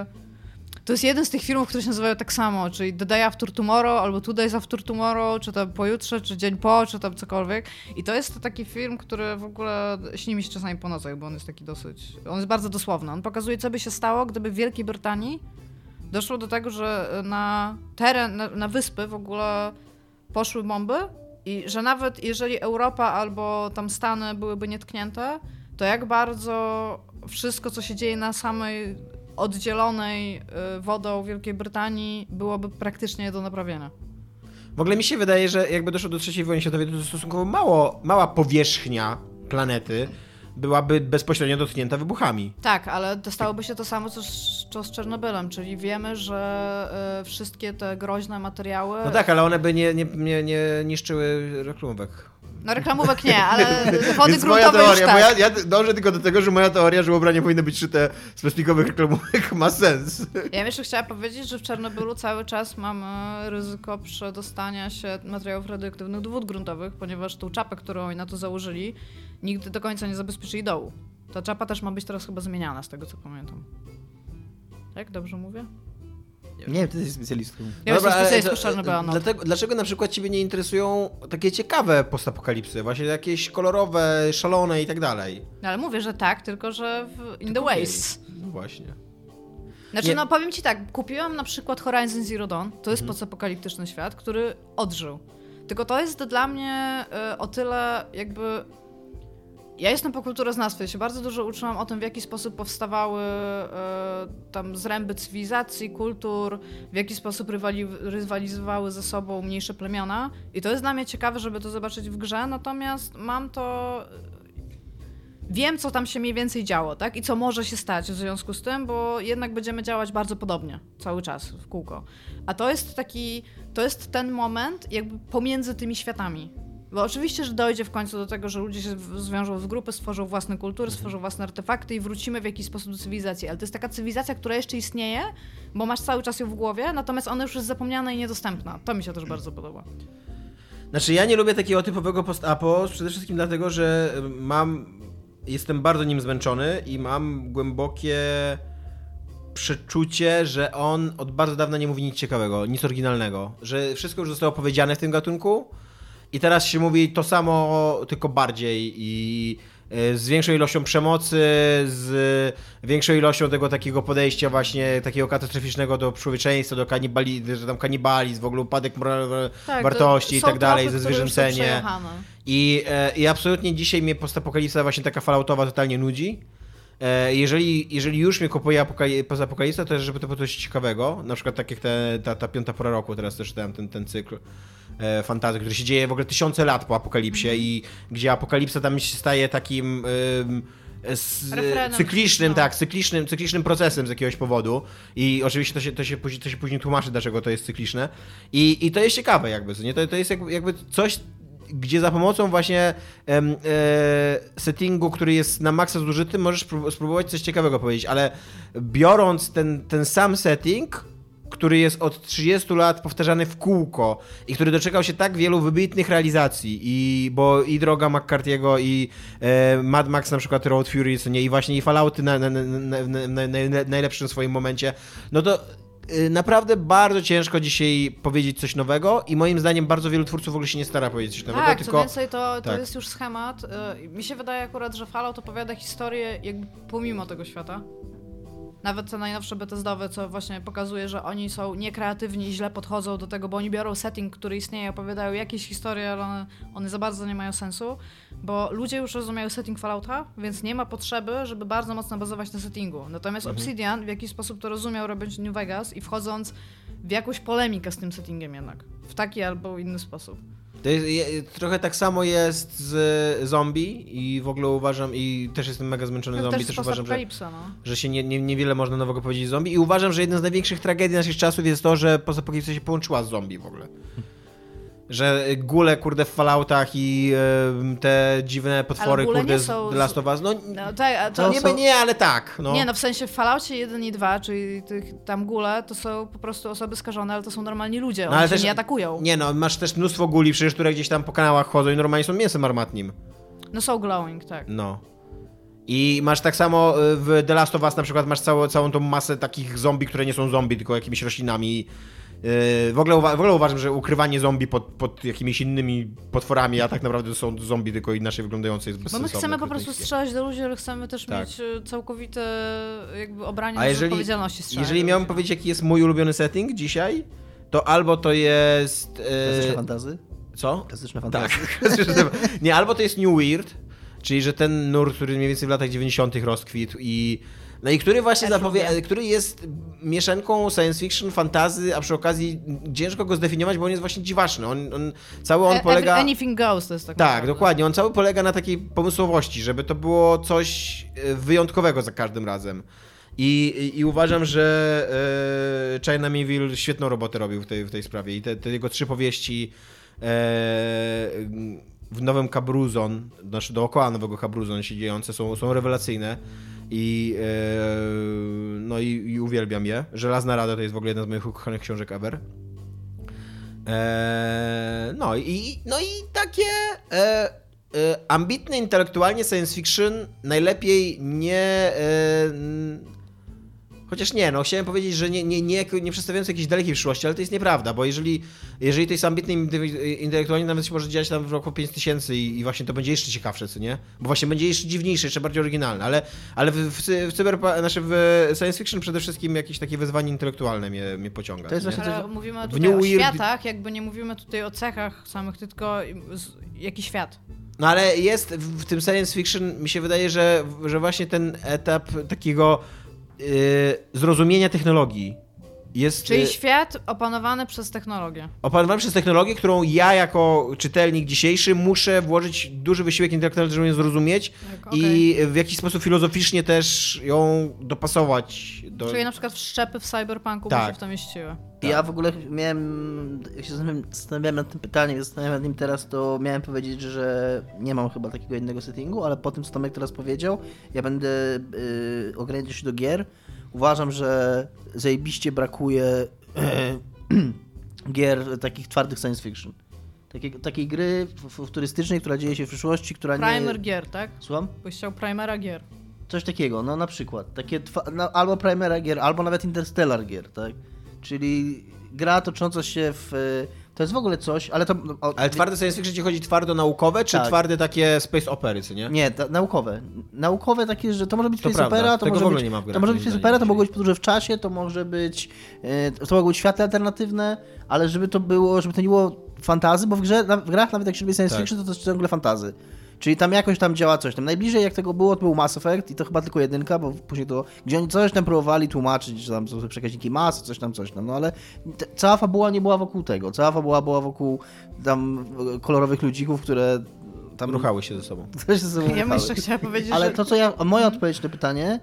To jest jeden z tych filmów, które się nazywają tak samo, czyli The Day After Tomorrow, albo Two Days After Tomorrow, czy tam pojutrze, czy dzień po, czy tam cokolwiek. I to jest taki film, który w ogóle śni mi się czasami po nocach, bo on jest taki on jest bardzo dosłowny. On pokazuje, co by się stało, gdyby w Wielkiej Brytanii doszło do tego, że na teren, na wyspy w ogóle poszły bomby i że nawet jeżeli Europa albo tam Stany byłyby nietknięte, to jak bardzo wszystko, co się dzieje na samej oddzielonej wodą Wielkiej Brytanii byłoby praktycznie do naprawienia. W ogóle mi się wydaje, że jakby doszło do III wojny światowej, to stosunkowo mała powierzchnia planety byłaby bezpośrednio dotknięta wybuchami. Tak, ale stałoby się to samo, co z Czernobylem, czyli wiemy, że wszystkie te groźne materiały... No tak, ale one by nie niszczyły reklamówek. No reklamówek nie, ale wody gruntowe już tak. Ja dążę tylko do tego, że moja teoria, że ubrania powinny być szyte z plastikowych reklamówek ma sens. Ja bym jeszcze chciała powiedzieć, że w Czarnobylu cały czas mamy ryzyko przedostania się materiałów radioaktywnych do wód gruntowych, ponieważ tą czapę, którą oni na to założyli, nigdy do końca nie zabezpieczyli dołu. Ta czapa też ma być teraz chyba zmieniana, z tego co pamiętam. Tak? Dobrze mówię? Nie, ty jesteś specjalistą. Ja jestem specjalistą Czarnobyla. Dlaczego na przykład ciebie nie interesują takie ciekawe postapokalipsy? Właśnie jakieś kolorowe, szalone i tak dalej. No ale mówię, że tak, tylko że in the wastes. No właśnie. Znaczy, no powiem ci tak, kupiłam na przykład Horizon Zero Dawn, to jest postapokaliptyczny świat, który odżył. Tylko to jest dla mnie o tyle jakby... Ja jestem po kulturoznawstwie, się bardzo dużo uczyłam o tym, w jaki sposób powstawały tam zręby cywilizacji, kultur, w jaki sposób rywalizowały ze sobą mniejsze plemiona i to jest dla mnie ciekawe, żeby to zobaczyć w grze, natomiast wiem, co tam się mniej więcej działo, tak? I co może się stać w związku z tym, bo jednak będziemy działać bardzo podobnie cały czas w kółko. A to jest ten moment jakby pomiędzy tymi światami. Bo oczywiście, że dojdzie w końcu do tego, że ludzie się zwiążą w grupy, stworzą własne kultury, stworzą własne artefakty i wrócimy w jakiś sposób do cywilizacji. Ale to jest taka cywilizacja, która jeszcze istnieje, bo masz cały czas ją w głowie, natomiast ona już jest zapomniana i niedostępna. To mi się też bardzo podoba. Znaczy ja nie lubię takiego typowego post-apo, przede wszystkim dlatego, że jestem bardzo nim zmęczony i mam głębokie przeczucie, że on od bardzo dawna nie mówi nic ciekawego, nic oryginalnego. Że wszystko już zostało powiedziane w tym gatunku i teraz się mówi to samo, tylko bardziej i z większą ilością przemocy, z większą ilością tego takiego podejścia właśnie takiego katastroficznego do człowieczeństwa, do kanibalizm, w ogóle upadek wartości i tak dalej, zezwierzęcenie. I absolutnie dzisiaj mnie postapokalipsa właśnie taka falloutowa totalnie nudzi. Jeżeli już mnie kupuje postapokalipsa, to żeby to było coś ciekawego, na przykład tak jak ta piąta pora roku, teraz też czytałem ten cykl fantasy, który się dzieje w ogóle tysiące lat po apokalipsie i gdzie apokalipsa tam się staje takim cyklicznym, tak, cyklicznym procesem z jakiegoś powodu i oczywiście to się później tłumaczy, dlaczego to jest cykliczne i to jest ciekawe jakby, nie? To jest jakby coś, gdzie za pomocą właśnie settingu, który jest na maksa zużyty, możesz spróbować coś ciekawego powiedzieć, ale biorąc ten sam setting, który jest od 30 lat powtarzany w kółko i który doczekał się tak wielu wybitnych realizacji, bo i droga McCarthy'ego i Mad Max na przykład Road Fury, co nie, i właśnie i Fallouty na najlepszym swoim momencie, no to naprawdę bardzo ciężko dzisiaj powiedzieć coś nowego i moim zdaniem bardzo wielu twórców w ogóle się nie stara powiedzieć coś nowego. Tak, tylko... co więcej to tak. jest już schemat. Mi się wydaje akurat, że Fallout opowiada historię jakby pomimo tego świata. Nawet te najnowsze Bethesdowe, co właśnie pokazuje, że oni są niekreatywni i źle podchodzą do tego, bo oni biorą setting, który istnieje, opowiadają jakieś historie, ale one za bardzo nie mają sensu, bo ludzie już rozumieją setting Fallouta, więc nie ma potrzeby, żeby bardzo mocno bazować na settingu. Natomiast Obsidian w jakiś sposób to rozumiał, robiąc New Vegas i wchodząc w jakąś polemikę z tym settingiem jednak. W taki albo inny sposób. Trochę tak samo jest z zombie i w ogóle uważam, i też jestem mega zmęczony zombie, też uważam, że się niewiele można nowego powiedzieć z zombie i uważam, że jedna z największych tragedii naszych czasów jest to, że postapokalipsa się połączyła z zombie w ogóle. Że góle, kurde, w Falloutach i te dziwne potwory, kurde, z The Last of Us, tak, nie, ale tak. No. Nie, no w sensie w Falloutie 1 i 2, czyli tych tam góle, to są po prostu osoby skażone, ale to są normalni ludzie, oni się nie atakują. Nie no, masz też mnóstwo guli przecież, które gdzieś tam po kanałach chodzą i normalnie są mięsem armatnim. No są glowing, tak. No. I masz tak samo w The Last of Us na przykład masz całą tą masę takich zombie, które nie są zombie, tylko jakimiś roślinami. W ogóle uważam, że ukrywanie zombie pod jakimiś innymi potworami, a tak naprawdę są zombie, tylko inaczej wyglądające, jest bezsensowne. Bo my chcemy po prostu strzelać do ludzi, ale chcemy też mieć całkowite jakby obranie z odpowiedzialności strzelania. Jeżeli miałbym powiedzieć, jaki jest mój ulubiony setting dzisiaj, to albo to jest... Klasyczne fantasy? Co? Klasyczne fantasy. Tak. Nie, albo to jest New Weird, czyli że ten nurt, który mniej więcej w latach 90. rozkwitł i który właśnie który jest mieszanką science fiction, fantasy, a przy okazji ciężko go zdefiniować, bo on jest właśnie dziwaczny. On polega... Anything goes to jest tak. Tak, dokładnie. On cały polega na takiej pomysłowości, żeby to było coś wyjątkowego za każdym razem. I uważam, że China Miéville świetną robotę robił w tej sprawie. I te jego 3 powieści w nowym Cabruzon, znaczy dookoła nowego Cabruzon się dziejące są rewelacyjne. I uwielbiam je. Żelazna Rada to jest w ogóle jedna z moich ukochanych książek ever. No i takie ambitne intelektualnie science fiction najlepiej nie... Chociaż nie, chciałem powiedzieć, że nie przedstawiając jakiejś dalekiej przyszłości, ale to jest nieprawda, bo jeżeli to jest ambitne intelektualnie, nawet się może dziać tam w roku 5000 i właśnie to będzie jeszcze ciekawsze, co nie? Bo właśnie będzie jeszcze dziwniejsze, jeszcze bardziej oryginalne, ale w science fiction przede wszystkim jakieś takie wyzwanie intelektualne mnie pociąga. To jest właśnie ale mówimy tutaj o światach, jakby nie mówimy tutaj o cechach samych, tylko jaki świat. No ale jest w tym science fiction, mi się wydaje, że właśnie ten etap takiego zrozumienia technologii jest... Czyli świat opanowany przez technologię. Opanowany przez technologię, którą ja jako czytelnik dzisiejszy muszę włożyć duży wysiłek intelektualny, żeby ją zrozumieć i w jakiś sposób filozoficznie też ją dopasować. Czyli na przykład wszczepy w Cyberpunku by się w to mieściły. Ja w ogóle jak się zastanawiałem nad tym pytaniem, zastanawiam nad nim teraz, to miałem powiedzieć, że nie mam chyba takiego innego settingu, ale po tym, co Tomek teraz powiedział, ja będę ograniczał się do gier. Uważam, że zajebiście brakuje gier takich twardych science fiction. Takiej gry futurystycznej, która dzieje się w przyszłości, która Primer gier, tak? Słucham? Byś chciał primera gier. Coś takiego, no na przykład. Takie albo primera gier, albo nawet interstellar gier, tak? Czyli gra tocząca się w... To jest w ogóle coś, ale to... Ale twarde science fiction ci chodzi twardo naukowe, czy twarde takie space opery, co nie? Nie, naukowe. Naukowe takie, że to może być To space opera, to może być... nie ma w grach, To może być space opera, to mogło być podróże w czasie, to może być... To mogły być światy alternatywne, ale żeby to nie było fantazy, bo w grach nawet jak się robi science fiction, to jest ciągle fantazy. Czyli tam jakoś tam działa coś tam. Najbliżej jak tego było, to był Mass Effect i to chyba tylko jedynka, bo później to, gdzie oni coś tam próbowali tłumaczyć, że tam są przekaźniki masy, coś tam. No ale cała fabuła nie była wokół tego. Cała fabuła była wokół tam kolorowych ludzików, które tam... Ruchały się ze sobą. Ja bym jeszcze chciała powiedzieć, ale że... to, co moja odpowiedź na pytanie,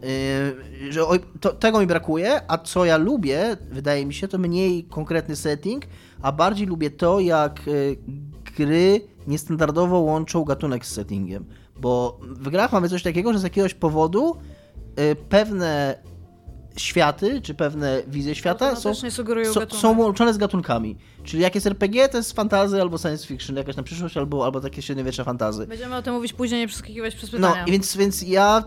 że tego mi brakuje, a co ja lubię, wydaje mi się, to mniej konkretny setting, a bardziej lubię to, jak gry niestandardowo łączą gatunek z settingiem. Bo w grach mamy coś takiego, że z jakiegoś powodu pewne światy, czy pewne wizje świata są łączone z gatunkami. Czyli jak jest RPG, to jest fantasy albo science fiction, jakaś na przyszłość, albo takie średniowieczne fantasy. Będziemy o tym mówić później, nie przeskakiwać przez pytania. No, więc ja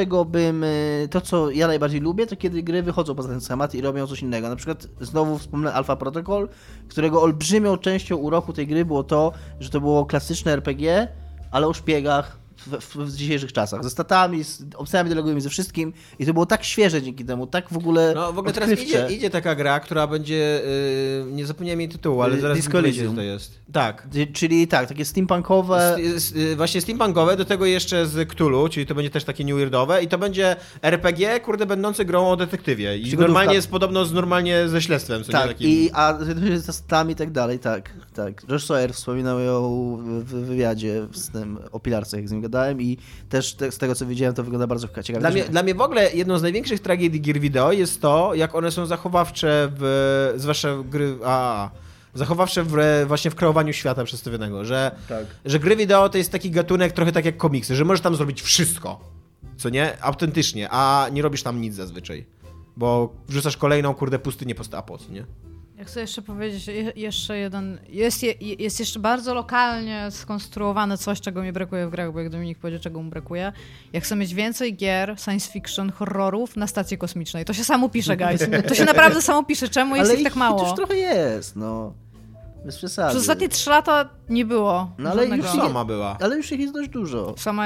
to co ja najbardziej lubię, to kiedy gry wychodzą poza ten schemat i robią coś innego. Na przykład znowu wspomnę Alpha Protocol, którego olbrzymią częścią uroku tej gry było to, że to było klasyczne RPG, ale o szpiegach w dzisiejszych czasach. Ze statami, z opcjami dialogowymi, ze wszystkim. I to było tak świeże dzięki temu, tak w ogóle teraz idzie taka gra, która będzie... nie zapomniałem jej tytułu, ale zaraz Disco Elysium to jest. Tak. Czyli takie steampunkowe... Właśnie steampunkowe, do tego jeszcze z Cthulhu, czyli to będzie też takie new weirdowe i to będzie RPG, będący grą o detektywie. I normalnie jest podobno normalnie ze śledztwem. Tak, a ze statami i tak dalej, tak. Josh Sawyer wspominał ją w wywiadzie z tym o Pilarce, jak z nim gadałem i też z tego, co widziałem, to wygląda bardzo ciekawie. Dla mnie w ogóle jedną z największych tragedii gier wideo jest to, jak one są zachowawcze zwłaszcza gry zachowawcze właśnie w kreowaniu świata przedstawionego, że gry wideo to jest taki gatunek trochę tak jak komiksy, że możesz tam zrobić wszystko, co nie? Autentycznie, a nie robisz tam nic zazwyczaj, bo wrzucasz kolejną pustynię post-apo, co nie? Ja chcę jeszcze powiedzieć jeszcze jeden... Jest jeszcze bardzo lokalnie skonstruowane coś, czego mi brakuje w grach, bo jak Dominik powiedział, czego mu brakuje. Ja chcę mieć więcej gier, science fiction, horrorów na stacji kosmicznej. To się samo pisze, guys. To się naprawdę samo pisze. Czemu jest ich tak mało? Ale już trochę jest, no. Bez przesady. Przez ostatnie 3 lata nie było. No ale już sama była. Ale już ich jest dość dużo. Sama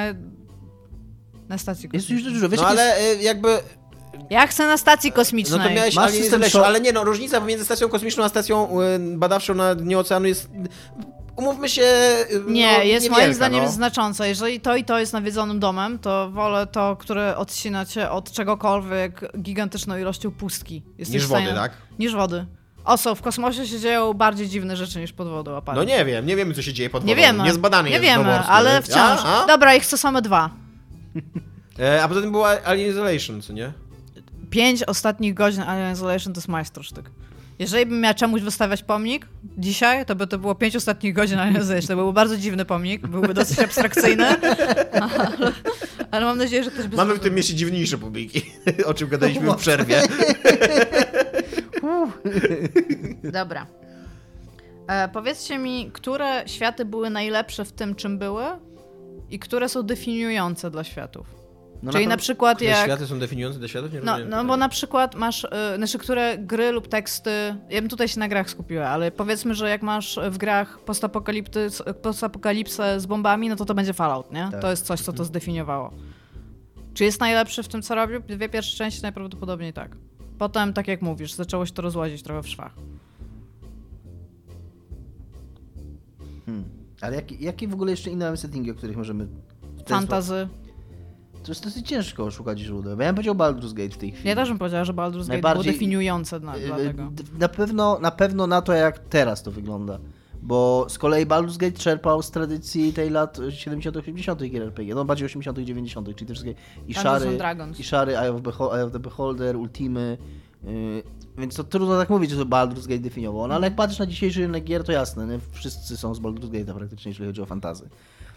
na stacji kosmicznej. Jest już dość dużo. Wiesz, no ale jakby... Ja chcę na stacji kosmicznej. No to miałeś ale nie, różnica pomiędzy stacją kosmiczną a stacją badawczą na dnie oceanu jest... Umówmy się... Nie, jest moim zdaniem no. znacząca. Jeżeli to i to jest nawiedzonym domem, to wolę to, które odcina cię od czegokolwiek gigantyczną ilością pustki. Niż wody, tak? Niż wody. W kosmosie się dzieją bardziej dziwne rzeczy niż pod wodą. No nie wiemy co się dzieje pod wodą. Nie wiemy. Niezbadany nie jest wiemy, ale wciąż. Dobra, ich chcę same 2. A poza tym była Alien Isolation, co nie? 5 ostatnich godzin Alien Isolation to jest majstersztyk. Jeżeli bym miała czemuś wystawiać pomnik dzisiaj, to by to było 5 ostatnich godzin Alien Isolation. To byłby bardzo dziwny pomnik, byłby dosyć abstrakcyjny, ale mam nadzieję, że ktoś by... Mamy w tym mieście dziwniejsze pomniki, o czym gadaliśmy w przerwie. Dobra. Powiedzcie mi, które światy były najlepsze w tym, czym były i które są definiujące dla światów? No czyli na przykład które jak... światy są definiujące dla światów? Nie no bo na przykład masz, które gry lub teksty, ja bym tutaj się na grach skupiła, ale powiedzmy, że jak masz w grach postapokalipsę z bombami, no to będzie Fallout, nie? Tak. To jest coś, co to zdefiniowało. Czy jest najlepszy w tym, co robił? 2 pierwsze części najprawdopodobniej tak. Potem, tak jak mówisz, zaczęło się to rozłazić trochę w szwach. Ale jakie w ogóle jeszcze inne mamy settingi, o których możemy... Fantasy. To jest dosyć ciężko szukać źródeł. Ja bym powiedział Baldur's Gate w tej chwili. Ja też bym powiedziała, że Baldur's Gate było definiujące dla tego. Na pewno na to, jak teraz to wygląda. Bo z kolei Baldur's Gate czerpał z tradycji tej lat 70-80 gier RPG. No bardziej 80 90 czyli te wszystkie i Szary, Eye of the Beholder, Ultimy. Więc to trudno tak mówić, że to Baldur's Gate definiował. No ale jak patrzysz na dzisiejszy rynek gier, to jasne, nie? Wszyscy są z Baldur's Gate'a praktycznie, jeśli chodzi o fantasy.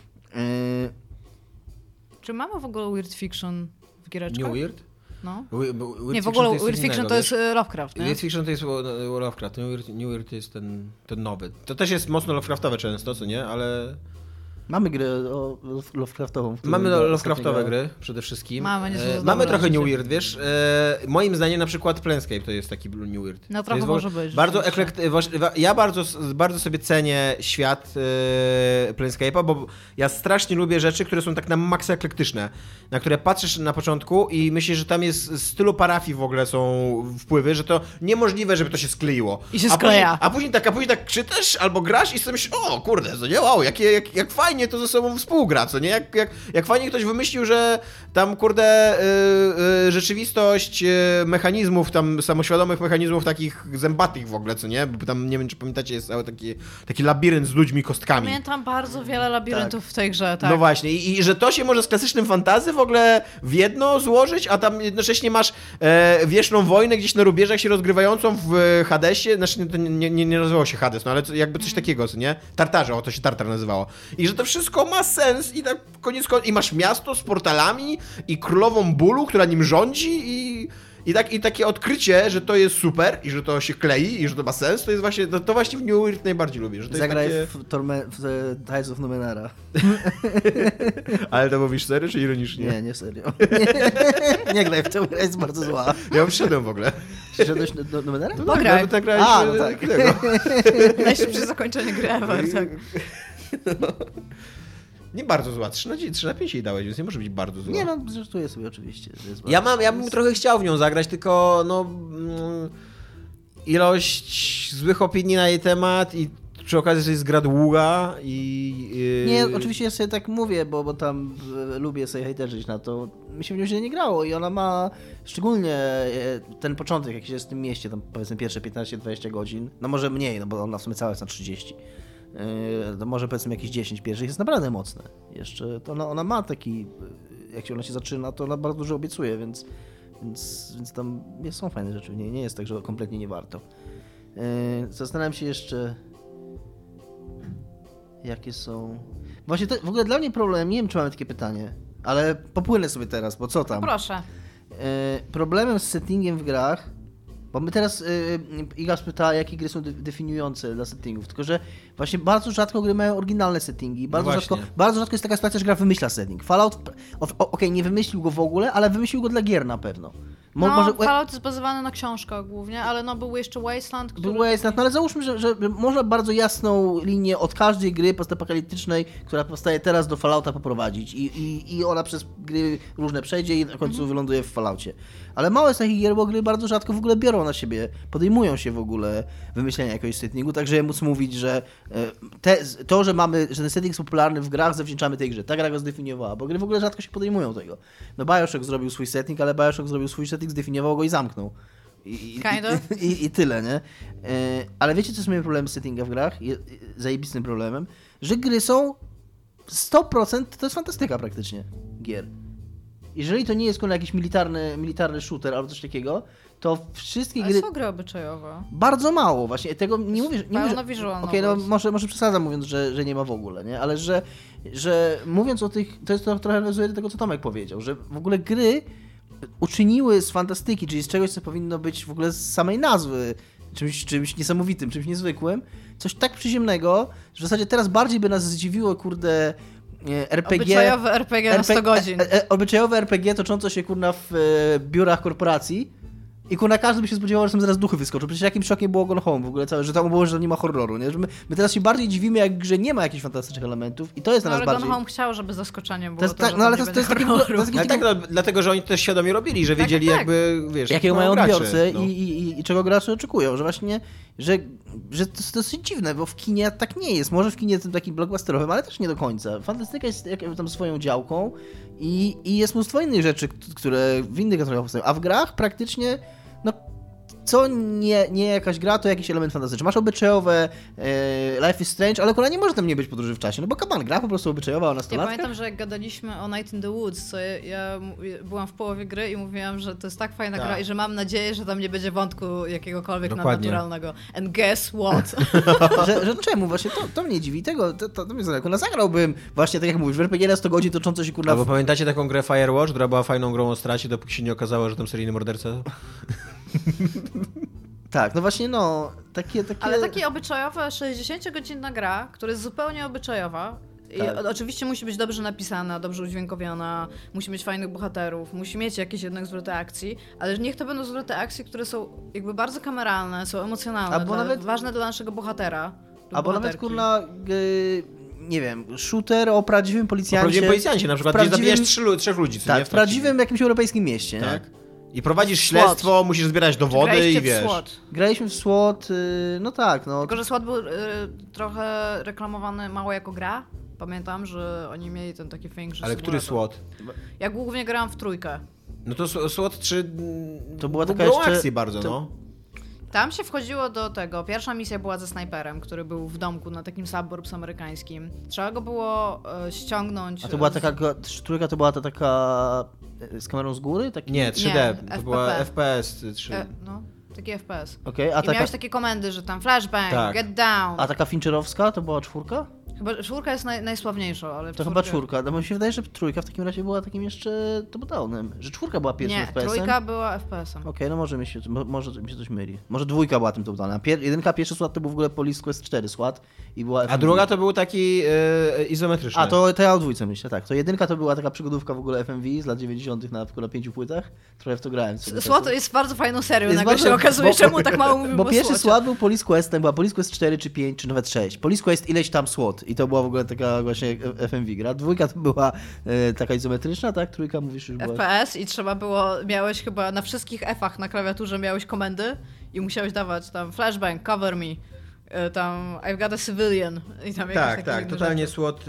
Czy mamy w ogóle Weird Fiction w giereczkach? New Weird? No. Weird w ogóle Weird Fiction to jest Lovecraft, nie? Weird Fiction to jest Lovecraft, New Weird to jest ten nowy. To też jest mocno Lovecraftowe często, co nie? Ale... Mamy grę Lovecraftową. Mamy Lovecraftowe gry przede wszystkim. Mamy trochę New Weird, wiesz. Moim zdaniem na przykład Planescape to jest taki New Weird. No trochę może być. Ja bardzo sobie cenię świat Planescape'a, bo ja strasznie lubię rzeczy, które są tak na maksa eklektyczne, na które patrzysz na początku i myślisz, że tam jest z tylu parafii w ogóle są wpływy, że to niemożliwe, żeby to się skleiło. I się skleja. A później tak czytasz albo grasz i sobie myślisz, o kurde, to nie, wow, jak fajnie to ze sobą współgra, co nie? Jak fajnie ktoś wymyślił, że tam, kurde, rzeczywistość mechanizmów, tam samoświadomych mechanizmów takich zębatych w ogóle, co nie? Bo tam, nie wiem, czy pamiętacie, jest cały taki labirynt z ludźmi kostkami. Pamiętam bardzo wiele labiryntów w tej grze, tak. No właśnie. I że to się może z klasycznym fantasy w ogóle w jedno złożyć, a tam jednocześnie masz wieczną wojnę gdzieś na rubieżach się rozgrywającą w Hadesie, znaczy to nie nazywało się Hades, no ale jakby coś takiego, co nie? Tartarze, to się Tartar nazywało. I że to wszystko ma sens i tak i masz miasto z portalami i królową bólu, która nim rządzi i takie odkrycie, że to jest super i że to się klei i że to ma sens, to jest właśnie, to właśnie w New Weird najbardziej lubię. Że to Zagraj jest takie... w Tides of Numenera. Ale to mówisz serio czy ironicznie? Nie serio. Nie graj w to, gra jest bardzo zła. Ja już szedłem w ogóle. Szedłeś do Numenera? No graj. No tak. Najszybsze zakończenie gry ever, tak. No. Nie bardzo zła, 3 na 5 jej dałeś, więc nie może być bardzo zła. Nie no, żartuję sobie oczywiście. Ja bym trochę chciał w nią zagrać, tylko ilość złych opinii na jej temat i przy okazji, że jest gra długa i... Nie, oczywiście ja sobie tak mówię, bo tam lubię sobie hejterzyć na to. Mi się w nią źle nie grało i ona ma szczególnie ten początek, jak się jest w tym mieście, tam powiedzmy pierwsze 15-20 godzin, no może mniej, no bo ona w sumie cała jest na 30. To może powiedzmy jakieś 10 pierwszych jest naprawdę mocne. Jeszcze to ona ma taki, jak się ona się zaczyna, to ona bardzo dużo obiecuje, więc tam są fajne rzeczy. Nie jest tak, że kompletnie nie warto. Zastanawiam się jeszcze, jakie są... Właśnie w ogóle dla mnie problem, nie wiem, czy mamy takie pytanie, ale popłynę sobie teraz, bo co tam? No proszę. Problemem z settingiem w grach, bo my teraz Iga spytała, jakie gry są definiujące dla settingów, tylko że właśnie bardzo rzadko gry mają oryginalne settingi, bardzo rzadko jest taka sytuacja, że gra wymyśla setting. Fallout, nie wymyślił go w ogóle, ale wymyślił go dla gier na pewno. Fallout jest bazowany na książkach głównie, ale był jeszcze Wasteland, który... Był Wasteland, no ale załóżmy, że można bardzo jasną linię od każdej gry postapokaliptycznej, która powstaje teraz, do Fallouta poprowadzić i ona przez gry różne przejdzie i na końcu wyląduje w Falloutie. Ale mało jest takich gier, bo gry bardzo rzadko w ogóle biorą na siebie, podejmują się w ogóle wymyślenia jakiegoś settingu, także móc mówić, że że ten setting jest popularny w grach, zawdzięczamy tej grze. Ta gra go zdefiniowała, bo gry w ogóle rzadko się podejmują tego. No BioShock zrobił swój setting, ale BioShock zrobił swój setting, zdefiniował go i zamknął. I tyle, nie? Ale wiecie, co jest moim problemem z settinga w grach? Zajebistym problemem, że gry są 100%, to jest fantastyka praktycznie, gier. Jeżeli to nie jest jakiś militarny shooter albo coś takiego, to wszystkie gry... Ale są gry obyczajowe. Bardzo mało właśnie. Tego nie mówię, Okej, no może przesadzam mówiąc, że nie ma w ogóle, nie? Ale że mówiąc o tych... To jest trochę nawiązuje do tego, co Tomek powiedział, że w ogóle gry uczyniły z fantastyki, czyli z czegoś, co powinno być w ogóle z samej nazwy czymś niesamowitym, czymś niezwykłym, coś tak przyziemnego, że w zasadzie teraz bardziej by nas zdziwiło, kurde... RPG, obyczajowe RPG na 100 godzin. Obyczajowe RPG toczące się w biurach korporacji, I kurna, każdy by się spodziewał, że tam zaraz duchy wyskoczą. Przecież jakim szokiem było Gone Home w ogóle całe, że tam było, że nie ma horroru, nie? Że my teraz się bardziej dziwimy, jak w grze nie ma jakichś fantastycznych elementów i to jest dla nas ale bardziej... Gone Home chciał, żeby zaskoczeniem było To jest to, tak, że no ale tam to nie jest będzie taki... horroru. Ale tak, no, dlatego, że oni też świadomie robili, że wiedzieli tak. jakby, wiesz... Jakiego mają mają graczy, odbiorcę no. i czego gracze oczekują, że właśnie, że to jest dosyć dziwne, bo w kinie tak nie jest. Może w kinie tym takim blockbusterowym, ale też nie do końca. Fantastyka jest tam swoją działką i jest mnóstwo innych rzeczy, które w innych gatunkach powstają, a w grach praktycznie, no co nie jakaś gra, to jakiś element fantastyczny. Masz obyczajowe Life is Strange, ale akurat nie może tam nie być podróży w czasie, no bo kaman, gra po prostu obyczajowa o Ja nastolatkach. pamiętam, że jak gadaliśmy o Night in the Woods, to ja byłam w połowie gry i mówiłam, że to jest tak fajna gra i że mam nadzieję, że tam nie będzie wątku jakiegokolwiek Dokładnie. nadnaturalnego. And guess what? że czemu? Właśnie to mnie dziwi. To mnie zalega. No zagrałbym właśnie, tak jak mówisz, w RPG na 100 godzin tocząco się kurna... Albo pamiętacie taką grę Firewatch, która była fajną grą o stracie, dopóki się nie okazało, że tam seryjny morderca? Tak, no właśnie, no, takie... Ale takie obyczajowe 60-godzinna gra, która jest zupełnie obyczajowa. I Tak. oczywiście musi być dobrze napisana, dobrze udźwiękowiona, musi mieć fajnych bohaterów, musi mieć jakieś jednak zwroty akcji, ale niech to będą zwroty akcji, które są jakby bardzo kameralne, są emocjonalne, Albo nawet- ważne dla naszego bohatera. lub Albo nawet, bohaterki. kurna, nie wiem, shooter o prawdziwym policjancie. O prawdziwym policjancie na przykład, w gdzie prawdziwym- zabijesz trzech ludzi, co nie? Tak, w prawdziwym jakimś europejskim mieście, nie? Tak. I prowadzisz śledztwo, musisz zbierać dowody Graliście i wiesz... w SWAT. Graliśmy w SWAT, no tak, no. Tylko, że SWAT był trochę reklamowany mało jako gra. Pamiętam, że oni mieli ten taki thing, że Ale który symulator. SWAT? Ja głównie grałam w trójkę. No to SWAT 3 To była taka było jeszcze- akcji bardzo, to- no. Tam się wchodziło do tego. Pierwsza misja była ze snajperem, który był w domku na takim suburbs amerykańskim. Trzeba go było ściągnąć. A to była taka, trójka to była ta taka z kamerą z góry? Taki... Nie, 3D, Nie, to FPP. była FPS 3. No, taki FPS. Okej, a I taka, miałeś takie komendy, że tam flashbang, Tak. get down. a taka Fincherowska to była czwórka? Chyba czwórka jest najsławniejsza, ale To chyba czwórka, no bo mi się wydaje, że trójka w takim razie była takim jeszcze top-downem, że czwórka była pierwszym Nie, FPS-em. trójka była FPS-em. Okej, no może mi się coś myli. Może dwójka była tym top-downem, a jedynka, pierwszy SWAT to był w ogóle Police Quest 4 SWAT i była... A druga to był taki izometryczny. A, to ja o dwójce myślę, tak. To jedynka to była taka przygodówka w ogóle FMV z lat 90. na 5 płytach. Trochę w to grałem. SWAT jest bardzo fajną serią, Jest nagle bardzo- się okazuje, bo- czemu tak mało mówimy Bo o pierwszy SWATie. SWAT był Police Questem, była Police Quest 4 czy 5 czy nawet 6. Police Quest ileś tam SWAT i to była w ogóle taka właśnie FMV gra. Dwójka to była taka izometryczna, tak? Trójka mówisz już była... FPS i trzeba było, miałeś chyba na wszystkich F-ach na klawiaturze miałeś komendy i musiałeś dawać tam flashbang, cover me, tam I've got a civilian i tam jakieś Tak, takie tak, inne totalnie rzeczy. SWAT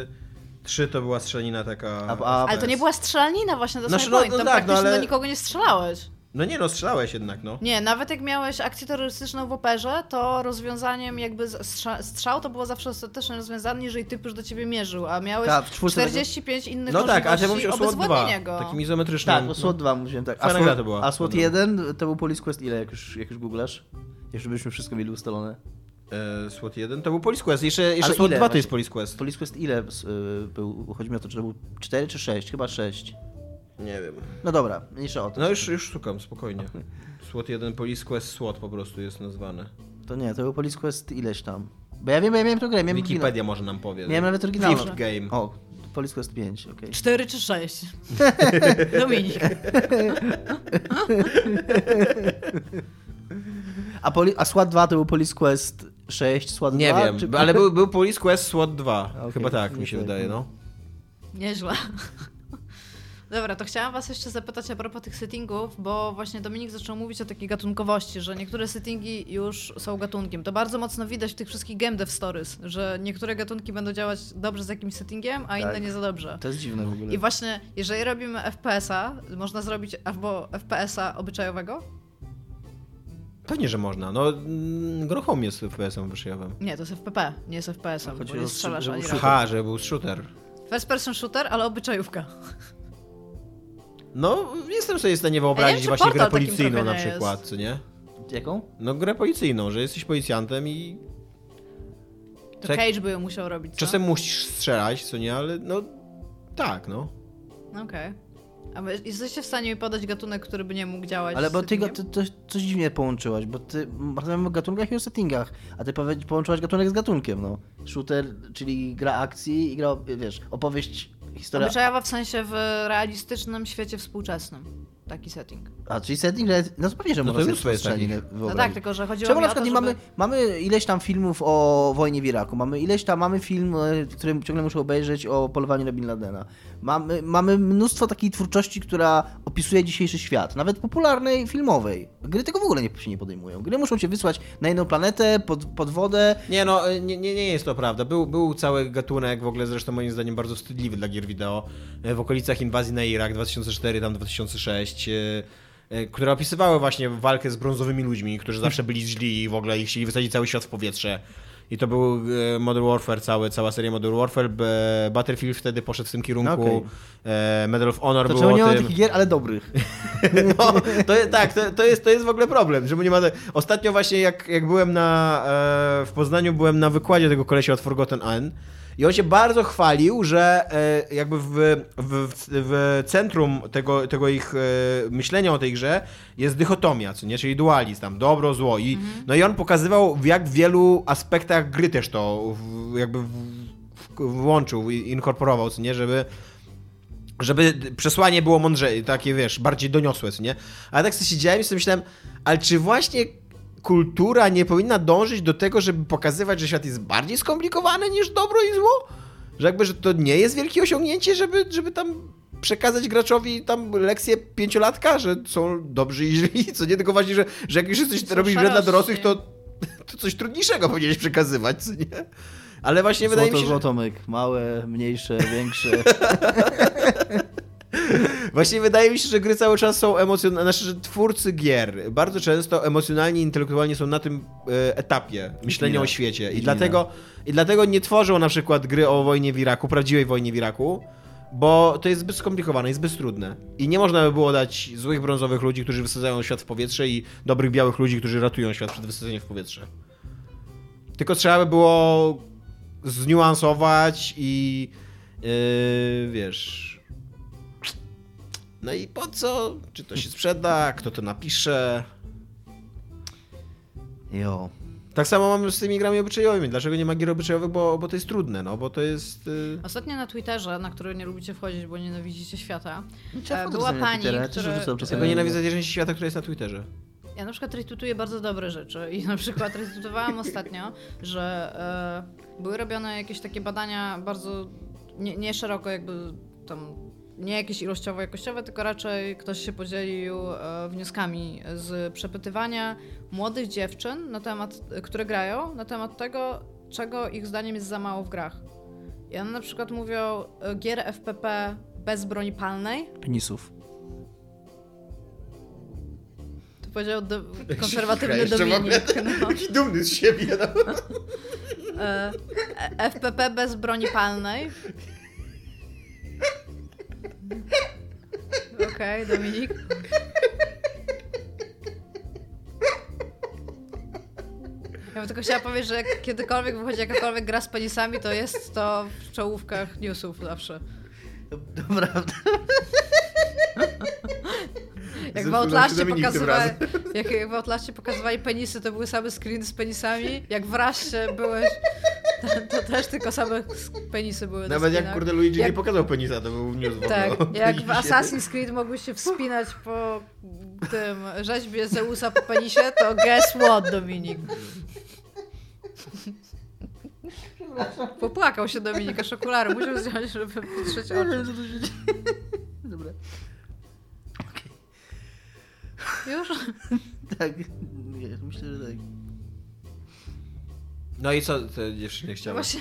3 to była strzelanina taka... Ale to nie była strzelanina właśnie, to Znaczy, jest no, point, no tam tak, no praktycznie ale- do nikogo nie strzelałeś. No nie no, strzelałeś jednak, no. Nie, nawet jak miałeś akcję terrorystyczną w operze, to rozwiązaniem jakby strzał to było zawsze ostateczne rozwiązanie, jeżeli typ już do ciebie mierzył, a miałeś Tak, w czwórce 45 innych No tak, a ty możliwości mówisz o SWAT 2, obezwładnienia go. takim izometrycznym. Tak, o SWAT 2 mówiłem tak. Fajna gra to była. A SWAT 1 to był Police Quest ile, jak już googlasz? Jeszcze byśmy wszystko mieli ustalone. SWAT 1 to był Police Quest, jeszcze Ale SWAT ile 2 to właśnie? jest Police Quest. Police Quest ile był? Chodzi mi o to, czy to był 4 czy 6? Chyba 6. Nie wiem. No dobra, mniejsza o to. No już szukam, spokojnie. SWAT 1, Police Quest SWAT po prostu jest nazwane. To nie, to był Police Quest ileś tam. Bo ja wiem, bo ja miałem tę grę, miałem Wikipedia może nam powie. Miałem nawet oryginalną. Fifth Game. O, Police Quest 5, okej. 4 czy 6? Dominik. A SWAT 2 to był Police Quest 6, SWAT 2? Nie wiem, czy... ale był Police Quest SWAT 2. Okej, Chyba tak mi nie się wiem. wydaje, no. Nieźle. Dobra, to chciałam was jeszcze zapytać a propos tych settingów, bo właśnie Dominik zaczął mówić o takiej gatunkowości, że niektóre settingi już są gatunkiem. To bardzo mocno widać w tych wszystkich game dev stories, że niektóre gatunki będą działać dobrze z jakimś settingiem, a inne Tak. nie za dobrze. To jest dziwne w ogóle. I właśnie, jeżeli robimy FPS-a, można zrobić albo FPS-a obyczajowego? Pewnie, że można. No, Gone Home jest FPS-em wyszejowym. Nie, to jest FPP, nie jest FPS-em, Chodzi bo o nie strzelasz żeby ani był razu. Aha, że był shooter. First person shooter, ale obyczajówka. No, jestem sobie w stanie Ja wyobrazić nie wiem, czy właśnie grę Portal takim policyjną trochę na nie przykład, jest. co nie? Jaką? No, grę policyjną, że jesteś policjantem i To Tak. Cage by ją musiał robić, co? czasem musisz strzelać, co nie, ale no, tak, no. Okej. A wy jesteście w stanie mi podać gatunek, który by nie mógł działać Ale z bo ty settingiem? to coś dziwnie połączyłaś, bo ty rozmawiamy o gatunkach i o settingach, a ty połączyłaś gatunek z gatunkiem, no. Shooter, czyli gra akcji i gra, wiesz, opowieść, historia... Obyczajowa w sensie w realistycznym świecie współczesnym. taki setting. A, czyli setting, że... No to pewnie, że No można to sobie już jest strzelaniny No wyobrazić. tak, tylko że chodziło Czemu mi na o to, przykład nie żeby... mamy ileś tam filmów o wojnie w Iraku, mamy film, który ciągle muszę obejrzeć o polowaniu na Bin Ladena. Mamy mnóstwo takiej twórczości, która opisuje dzisiejszy świat, nawet popularnej, filmowej. Gry tego w ogóle się nie podejmują. Gry muszą cię wysłać na inną planetę, pod wodę. Nie, no, nie jest to prawda. Był cały gatunek, w ogóle zresztą moim zdaniem bardzo wstydliwy dla gier wideo, w okolicach inwazji na Irak 2004, tam 2006, które opisywały właśnie walkę z brązowymi ludźmi, którzy zawsze byli źli i w ogóle chcieli wysadzić cały świat w powietrze. I to był Modern Warfare, cała seria Modern Warfare. Battlefield wtedy poszedł w tym kierunku. Okay. Medal of Honor to było o tym. nie mamy takich gier, ale dobrych. No, to jest w ogóle problem, że nie ma... Ostatnio właśnie jak byłem w Poznaniu, byłem na wykładzie tego kolesia od Forgotten End i on się bardzo chwalił, że jakby w centrum tego ich myślenia o tej grze jest dychotomia, co nie? Czyli dualizm, tam dobro, zło. No i on pokazywał, w jak wielu aspektach gry też to włączył, inkorporował, co nie? Żeby przesłanie było mądrzej, takie wiesz, bardziej doniosłe, co nie? Ale tak sobie siedziałem i sobie myślałem, ale czy właśnie kultura nie powinna dążyć do tego, żeby pokazywać, że świat jest bardziej skomplikowany niż dobro i zło? Że to nie jest wielkie osiągnięcie, żeby tam przekazać graczowi tam lekcję 5-latka, że są dobrzy i źli, co nie? Tylko właśnie, że jak już coś robisz grę dla dorosłych, to coś trudniejszego powinieneś przekazywać, co nie? Ale właśnie wydaje mi się, że... Tomek, małe, mniejsze, większe. Właśnie wydaje mi się, że gry cały czas są emocjonalne, znaczy, że twórcy gier bardzo często emocjonalnie i intelektualnie są na tym etapie myślenia o świecie. I dlatego nie tworzą na przykład gry o wojnie w Iraku, prawdziwej wojnie w Iraku, bo to jest zbyt skomplikowane, jest zbyt trudne. I nie można by było dać złych brązowych ludzi, którzy wysadzają świat w powietrze i dobrych białych ludzi, którzy ratują świat przed wysadzeniem w powietrze. Tylko trzeba by było zniuansować i wiesz... No i po co? Czy to się sprzeda? Kto to napisze? Jo. Tak samo mamy z tymi grami obyczajowymi. Dlaczego nie ma gier obyczajowych? Bo to jest trudne, no bo to jest... Ostatnio na Twitterze, na który nie lubicie wchodzić, bo nienawidzicie świata, Była była pani, która... Dlatego nienawidzę części świata, która jest na Twitterze. Ja na przykład retweetuję bardzo dobre rzeczy i na przykład retweetowałam ostatnio, że były robione jakieś takie badania bardzo nie szeroko jakby tam, nie jakieś ilościowo jakościowe, tylko raczej ktoś się podzielił wnioskami z przepytywania młodych dziewczyn na temat, które grają, na temat tego, czego ich zdaniem jest za mało w grach. I one na przykład mówią gier FPP bez broni palnej. Penisów. Powiedział konserwatywny Dominik. No. Taki dumny z siebie. No. FPP bez broni palnej. Okej, Dominik. Ja bym tylko chciała powiedzieć, że jak kiedykolwiek wychodzi jakakolwiek gra z penisami, to jest to w czołówkach newsów zawsze. To prawda. Jak w Outlaście pokazywali penisy, to były same screeny z penisami. Jak w Rushie byłeś, to też tylko same penisy były. Nawet jak kurde Luigi nie pokazał penisa, to był news w tak, ogóle. jak w Assassin's Creed mogłeś się wspinać po tym rzeźbie Zeusa po penisie, to guess what, Dominik? Popłakał się Dominik, aż okulary musiał zdjąć, żeby patrzeć oczy. Dobra. Już? Tak, myślę, że tak. No i co te dziewczyny chciały? Właśnie.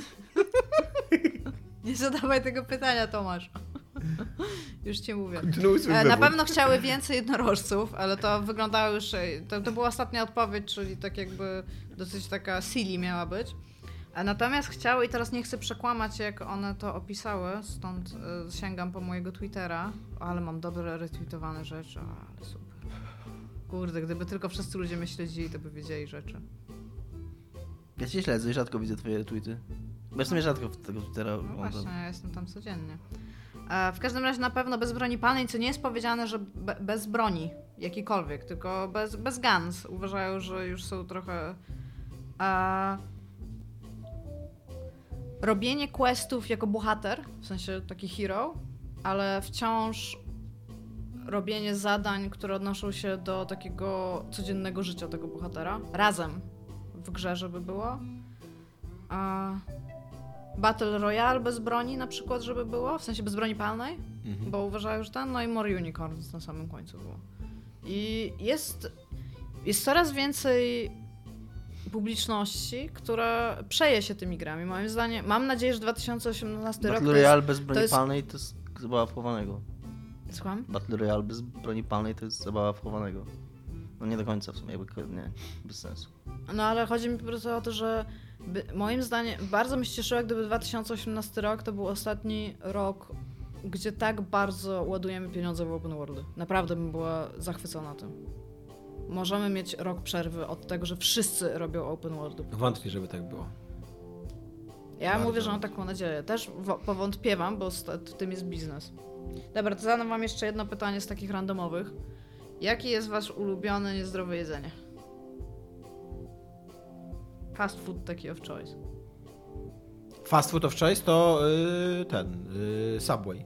Nie zadawaj tego pytania, Tomasz. Już ci mówię. Na pewno chciały więcej jednorożców, ale to wyglądało już... To była ostatnia odpowiedź, czyli tak jakby dosyć taka silly miała być. Natomiast chciały, i teraz nie chcę przekłamać, jak one to opisały, stąd sięgam po mojego Twittera, ale mam dobre retweetowane rzeczy, ale super. Kurde, gdyby tylko wszyscy ludzie mnie śledzili, to by wiedzieli rzeczy. Ja cię śledzę i rzadko widzę twoje retweety. Bo ja w sumie rzadko tego Twittera No właśnie, ja jestem tam codziennie. W każdym razie na pewno bez broni palnej, co nie jest powiedziane, że bez broni jakiejkolwiek, tylko bez guns. Uważają, że już są trochę... Robienie questów jako bohater, w sensie taki hero, ale wciąż robienie zadań, które odnoszą się do takiego codziennego życia tego bohatera. Razem w grze, żeby było. A Battle Royale bez broni na przykład, żeby było, w sensie bez broni palnej, bo uważają, że no i More Unicorns na samym końcu było. I jest coraz więcej publiczności, która przeje się tymi grami. Moim zdaniem, mam nadzieję, że 2018 rok Battle Royale bez broni palnej to jest zabawa w chowanego. Słucham? Battle Royale bez broni palnej to jest zabawa w chowanego. No nie do końca w sumie, nie, bez sensu. No ale chodzi mi po prostu o to, że moim zdaniem bardzo mi się cieszyło, gdyby 2018 rok to był ostatni rok, gdzie tak bardzo ładujemy pieniądze w open worldy. Naprawdę bym była zachwycona tym. Możemy mieć rok przerwy od tego, że wszyscy robią open worldy. Wątpię, żeby tak było. Ja Bardzo. mówię, że mam taką nadzieję. Też powątpiewam, bo w tym jest biznes. Dobra, to zadam wam jeszcze jedno pytanie z takich randomowych. Jaki jest wasz ulubiony niezdrowe jedzenie? Fast food taki of choice. Fast food of choice to Subway.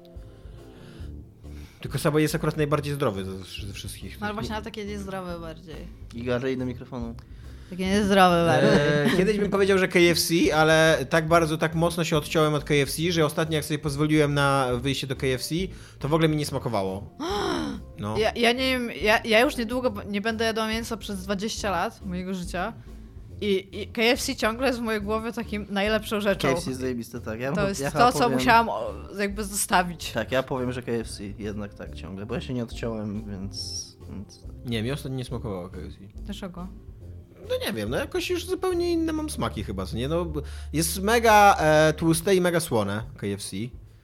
Tylko Subway jest akurat najbardziej zdrowy ze wszystkich. No ale właśnie na takie niezdrowe bardziej. Giga ryj do mikrofonu. Takie niezdrowe bardziej. Kiedyś bym powiedział, że KFC, ale tak mocno się odciąłem od KFC, że ostatnio jak sobie pozwoliłem na wyjście do KFC, to w ogóle mi nie smakowało. No. Ja nie wiem, ja już niedługo nie będę jadła mięsa przez 20 lat mojego życia i KFC ciągle jest w mojej głowie takim najlepszą rzeczą. KFC jest zajebiste, tak. To jest to, co musiałam jakby zostawić. Tak, ja powiem, że KFC jednak tak ciągle, bo ja się nie odciąłem, więc... Nie, mi ostatnio nie smakowało KFC. Dlaczego? No nie wiem, no jakoś już zupełnie inne mam smaki chyba, co nie? No, jest mega tłuste i mega słone KFC.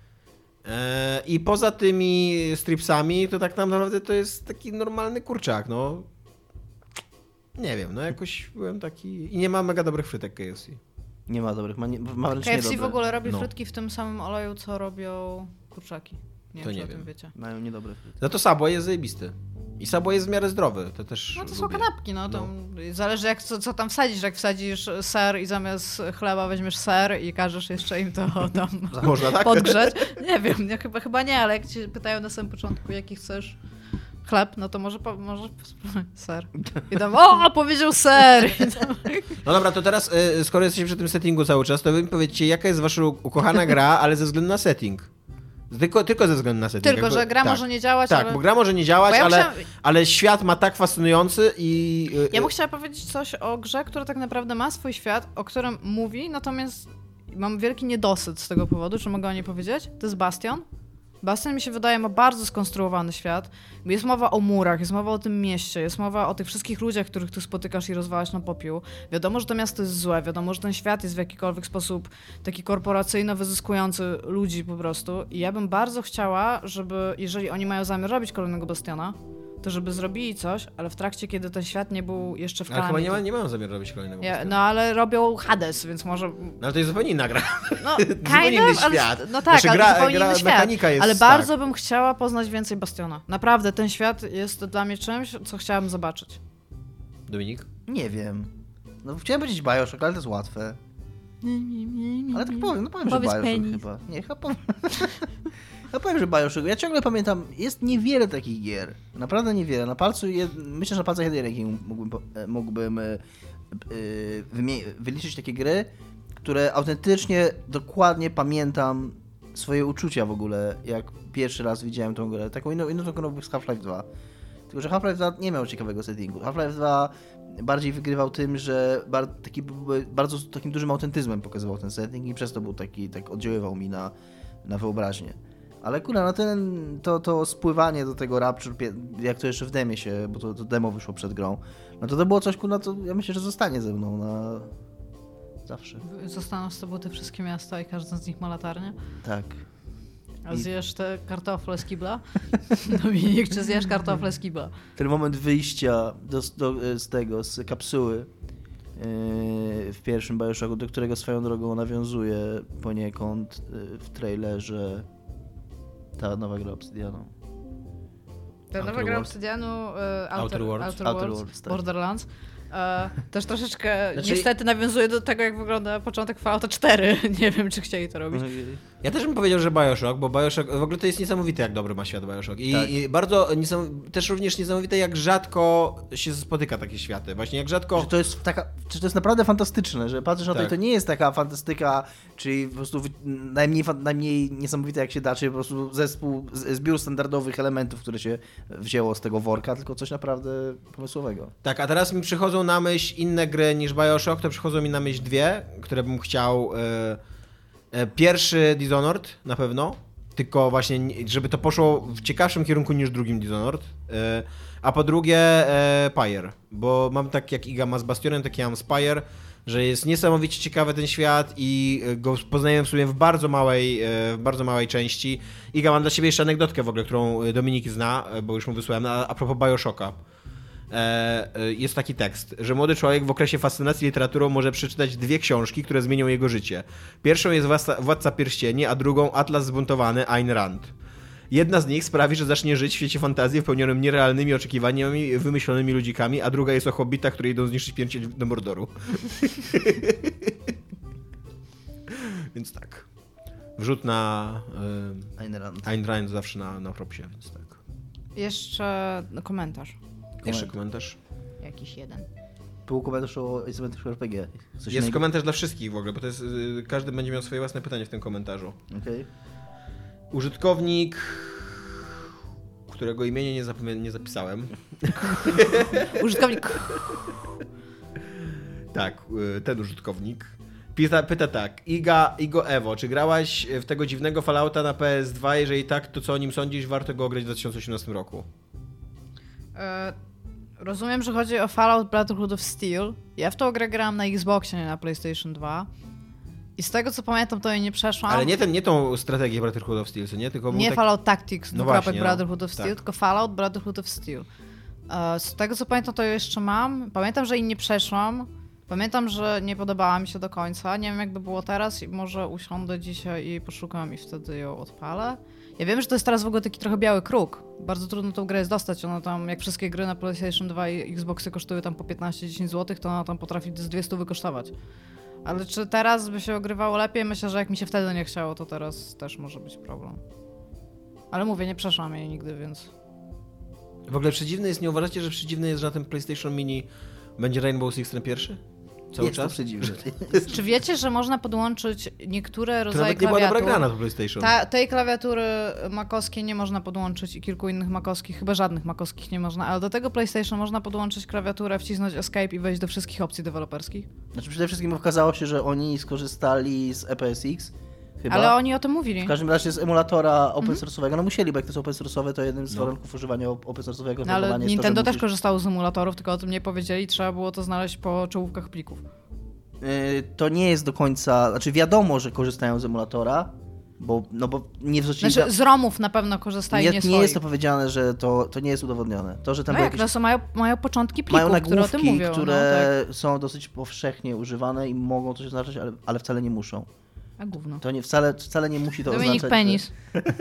I poza tymi stripsami to tak naprawdę to jest taki normalny kurczak, no. Nie wiem, no jakoś byłem taki... I nie ma mega dobrych frytek KFC. Nie ma dobrych, ma wręcz KFC niedobre. w ogóle robi No. frytki w tym samym oleju, co robią kurczaki. Nie To wiem, nie czy o wiem. tym wiecie. Mają niedobre frytki. No to Subway jest zajebisty. I Subway jest w miarę zdrowy, to też No to są lubię. kanapki, no to zależy jak, co tam wsadzisz. Jak wsadzisz ser i zamiast chleba weźmiesz ser i każesz jeszcze im to tam Można tak? podgrzeć. Nie wiem, chyba nie, ale jak cię pytają na samym początku, jaki chcesz chleb, no to może ser. I tam, powiedział ser! No dobra, to teraz, skoro jesteście przy tym settingu cały czas, to wy mi powiedzcie, jaka jest wasza ukochana gra, ale ze względu na setting. Tylko ze względu na setting. Tylko, że gra może nie działać, tak, ale... bo gra może nie działać, ale świat ma tak fascynujący i... Ja bym chciała powiedzieć coś o grze, która tak naprawdę ma swój świat, o którym mówi, natomiast mam wielki niedosyt z tego powodu, czy mogę o niej powiedzieć? To jest Bastion. Bastion mi się wydaje ma bardzo skonstruowany świat. Jest mowa o murach, jest mowa o tym mieście, jest mowa o tych wszystkich ludziach, których tu spotykasz i rozwalasz na popiół. Wiadomo, że to miasto jest złe, wiadomo, że ten świat jest w jakikolwiek sposób taki korporacyjno wyzyskujący ludzi po prostu. I ja bym bardzo chciała, żeby, jeżeli oni mają zamiar robić kolejnego Bastiona, to żeby zrobili coś, ale w trakcie, kiedy ten świat nie był jeszcze w Ale planie. chyba nie mają zamiaru robić kolejnego Bastiona. No ale robią Hades, więc może... No ale to jest zupełnie inna gra. No, zupełnie inny świat. No tak, Znaczy, ale zupełnie inny świat. mechanika jest ale tak. bardzo bym chciała poznać więcej Bastiona. Naprawdę, ten świat jest dla mnie czymś, co chciałabym zobaczyć. Dominik? Nie wiem. No chciałem powiedzieć Bioshock, ale to jest łatwe. Ale tak powiem, że Powiedz Bioshock penis. chyba. Nie, chyba powiem. Ja powiem, że Bioshock. Ja ciągle pamiętam, jest niewiele takich gier. Naprawdę niewiele. Na palcu, myślę, że na palcach jednej ręki mógłbym wyliczyć takie gry, które autentycznie, dokładnie pamiętam swoje uczucia w ogóle, jak pierwszy raz widziałem tą grę. Taką inną grą z Half-Life 2. Tylko, że Half-Life 2 nie miał ciekawego settingu. Half-Life 2 bardziej wygrywał tym, że bardzo takim dużym autentyzmem pokazywał ten setting i przez to był tak oddziaływał mi na wyobraźnię. Ale kurwa, no to spływanie do tego Rapture, jak to jeszcze w demie się, bo to demo wyszło przed grą, no to było coś, kurwa, to ja myślę, że zostanie ze mną na zawsze. Zostaną z tobą te wszystkie miasta i każdy z nich ma latarnię? Tak. A zjesz te kartofle z kibla? Dominik, czy zjesz kartofle z kibla? Ten moment wyjścia z kapsuły w pierwszym Bioshocku, do którego swoją drogą nawiązuje poniekąd w trailerze ta nowa gra Obsidianu. Ta nowa gra Obsidianu Outer Worlds, tak. Borderlands. Też troszeczkę Znaczy... niestety nawiązuje do tego, jak wygląda początek Fallouta 4. Nie wiem, czy chcieli to robić. Ja też bym powiedział, że BioShock, bo BioShock w ogóle to jest niesamowite, jak dobry ma świat BioShock. I bardzo też również niesamowite, jak rzadko się spotyka takie światy. Właśnie jak rzadko... Że to jest naprawdę fantastyczne, że patrzysz na to i to nie jest taka fantastyka, czyli po prostu najmniej niesamowite jak się da, czyli po prostu zbiór standardowych elementów, które się wzięło z tego worka, tylko coś naprawdę pomysłowego. Tak, a teraz mi przychodzą na myśl inne gry niż BioShock, to przychodzą mi na myśl dwie, które bym chciał... Pierwszy Dishonored na pewno, tylko właśnie, żeby to poszło w ciekawszym kierunku niż drugim Dishonored, a po drugie Pyre, bo mam tak jak Iga ma z Bastionem, tak ja mam z Pyre, że jest niesamowicie ciekawy ten świat i go poznajemy w sumie w bardzo małej części. Iga, mam dla ciebie jeszcze anegdotkę w ogóle, którą Dominik zna, bo już mu wysłałem, a propos BioShocka. Jest taki tekst, że młody człowiek w okresie fascynacji literaturą może przeczytać 2 książki, które zmienią jego życie. Pierwszą jest Władca Pierścieni, a drugą Atlas Zbuntowany Ayn Rand. Jedna z nich sprawi, że zacznie żyć w świecie fantazji wypełnionym nierealnymi oczekiwaniami, wymyślonymi ludzikami, a druga jest o hobbitach, które idą zniszczyć pierścień do Mordoru. Więc tak. Wrzut na Ayn Rand zawsze na propsie, więc tak. Jeszcze komentarz. Jeszcze komentarz? Jakiś jeden. Był komentarz o izometrycznym RPG. Jest komentarz dla wszystkich w ogóle, bo to jest, każdy będzie miał swoje własne pytanie w tym komentarzu. Okay. Użytkownik, którego imienia nie zapisałem. Użytkownik. Tak, ten użytkownik. Pyta tak, Igo Evo, czy grałaś w tego dziwnego Fallouta na PS2? Jeżeli tak, to co o nim sądzisz? Warto go ograć w 2018 roku. Rozumiem, że chodzi o Fallout Brotherhood of Steel. Ja w tą grę grałam na Xboxie, nie na PlayStation 2. I z tego co pamiętam, to jej nie przeszłam. Ale nie tą strategię Brotherhood of Steel, co nie? Tylko nie Fallout Tactics, Brotherhood of Steel, tak. tylko Fallout Brotherhood of Steel. Z tego co pamiętam, to ją jeszcze mam. Pamiętam, że jej nie przeszłam. Pamiętam, że nie podobała mi się do końca. Nie wiem, jakby było teraz i może usiądę dzisiaj i poszukam i wtedy ją odpalę. Ja wiem, że to jest teraz w ogóle taki trochę biały kruk. Bardzo trudno tą grę jest dostać. Ona tam, jak wszystkie gry na PlayStation 2 i Xboxy kosztują tam po 15-10 zł, to ona tam potrafi z 200 wykosztować. Ale czy teraz by się ogrywało lepiej? Myślę, że jak mi się wtedy nie chciało, to teraz też może być problem. Ale mówię, nie przeszłam jej nigdy, więc... W ogóle przedziwne jest, nie uważacie, że przedziwne jest, że na tym PlayStation Mini będzie Rainbow Six ten pierwszy? Cały jest czas? To przedziwne. Czy wiecie, że można podłączyć niektóre rodzaje klawiatur? To nawet nie była dobra gra na to PlayStation. Tej klawiatury makowskiej nie można podłączyć i kilku innych makowskich, chyba żadnych makowskich nie można, ale do tego PlayStation można podłączyć klawiaturę, wcisnąć Escape i wejść do wszystkich opcji deweloperskich. Znaczy przede wszystkim okazało się, że oni skorzystali z EPSX. Chyba. Ale oni o tym mówili. W każdym razie z emulatora open source'owego, no musieli, bo jak to jest open source'owe, to jednym z warunków używania open source'owego no, ale jest Nintendo to, że też korzystało z emulatorów, tylko o tym nie powiedzieli, trzeba było to znaleźć po czołówkach plików. To nie jest do końca, znaczy wiadomo, że korzystają z emulatora, bo nie wrzucili... Znaczy z ROMów na pewno korzystają, nie nie jest to powiedziane, że to nie jest udowodnione. To, że tam no jak, jakieś... to mają początki plików, mają które o tym mówią. które tak. są dosyć powszechnie używane i mogą coś oznaczać, ale wcale nie muszą. A gówno. To wcale nie musi to Dominik oznaczać. Penis.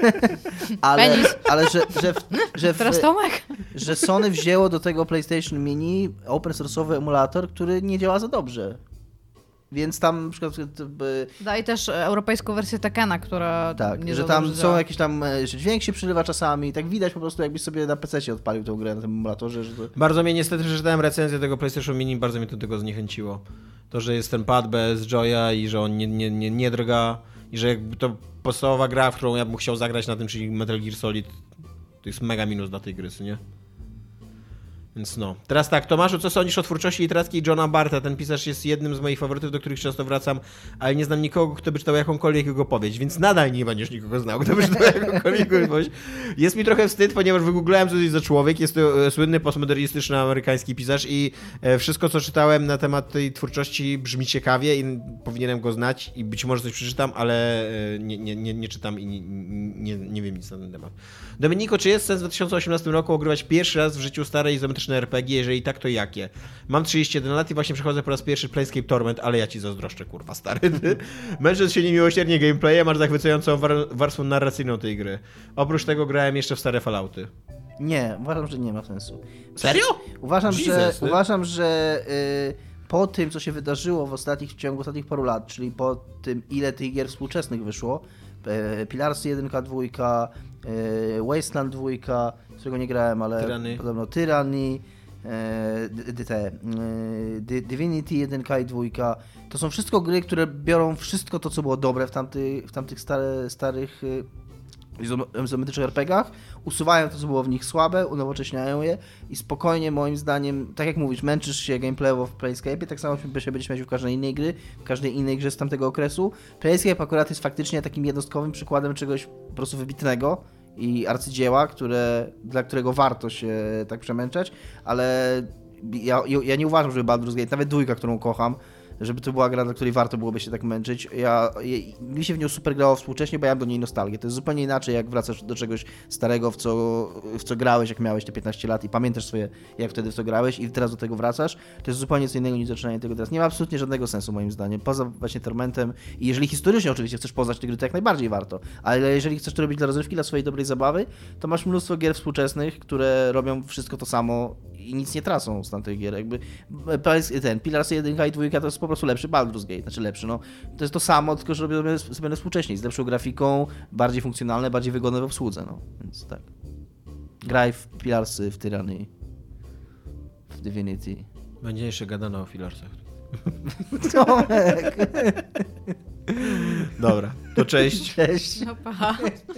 Ale Teraz Tomek? że Sony wzięło do tego PlayStation Mini open source'owy emulator, który nie działa za dobrze. Więc tam na przykład... Daj też europejską wersję Tekena, która tak, nie że tam są jakieś tam, że dźwięk się przerywa czasami, tak widać po prostu jakbyś sobie na PC odpalił tę grę na tym emulatorze. Że to... Bardzo mnie niestety przeczytałem recenzję tego PlayStation Mini, bardzo mnie do tego zniechęciło. To, że jest ten pad bez Joya i że on nie drga i że jakby to podstawowa gra, w którą ja bym chciał zagrać na tym, czyli Metal Gear Solid, to jest mega minus dla tej gry, nie? Więc no. Teraz tak, Tomaszu, co sądzisz o twórczości literackiej Johna Barta? Ten pisarz jest jednym z moich faworytów, do których często wracam, ale nie znam nikogo, kto by czytał jakąkolwiek jego powieść, więc nadal nie będziesz nikogo znał, kto by czytał jakąkolwiek jego powieść. Jest mi trochę wstyd, ponieważ wygooglałem, co to jest za człowiek. Jest to słynny postmodernistyczny amerykański pisarz i wszystko, co czytałem na temat tej twórczości brzmi ciekawie i powinienem go znać i być może coś przeczytam, ale nie czytam i nie wiem nic na ten temat. Dominiko, czy jest sens w 2018 roku ogrywać pierwszy raz w życiu stare izometryczne RPG? Jeżeli tak, to jakie? Mam 31 lat i właśnie przechodzę po raz pierwszy Planescape Torment, ale ja ci zazdroszczę, kurwa, stary. Męcząc się niemiłosiernie gameplayem, aż zachwycającą warstwą narracyjną tej gry. Oprócz tego grałem jeszcze w stare Fallouty. Nie, uważam, że nie ma sensu. Serio? Uważam, że po tym, co się wydarzyło w ciągu ostatnich paru lat, czyli po tym, ile tych gier współczesnych wyszło, Pilarsy 1, 2, Wasteland 2, którego nie grałem, ale podobno Tyranny, Divinity 1 i 2. To są wszystko gry, które biorą wszystko to, co było dobre w tamtych starych izometrycznych RPGach, usuwają to, co było w nich słabe, unowocześniają je i spokojnie, moim zdaniem, tak jak mówisz, męczysz się gameplayowo w Planescape, tak samo się będziesz mieć w każdej innej grze z tamtego okresu. Planescape akurat jest faktycznie takim jednostkowym przykładem czegoś po prostu wybitnego i arcydzieła, dla którego warto się tak przemęczać, ale ja nie uważam, żeby Baldur's Gate, nawet 2, którą kocham, żeby to była gra, dla której warto byłoby się tak męczyć. Mi się w nią super grało współcześnie, bo ja mam do niej nostalgię. To jest zupełnie inaczej, jak wracasz do czegoś starego, w co grałeś, jak miałeś te 15 lat i pamiętasz sobie, jak wtedy w to grałeś i teraz do tego wracasz. To jest zupełnie co innego niż zaczynanie tego teraz. Nie ma absolutnie żadnego sensu, moim zdaniem, poza właśnie Tormentem. I jeżeli historycznie oczywiście chcesz poznać te gry, to jak najbardziej warto. Ale jeżeli chcesz to robić dla rozrywki, dla swojej dobrej zabawy, to masz mnóstwo gier współczesnych, które robią wszystko to samo i nic nie tracą z tamtych gier. Jakby Pillars 1 i 2 to jest po prostu lepszy Baldur's Gate, znaczy lepszy, no. To jest to samo, tylko że robione sobie współcześnie, z lepszą grafiką, bardziej funkcjonalne, bardziej wygodne w obsłudze, no. Więc tak. Graj w Pillarsy, w Tyranny, w Divinity. Będzie jeszcze gadano o Pillarsach. Tomek! Dobra, to cześć. Cześć. No pa.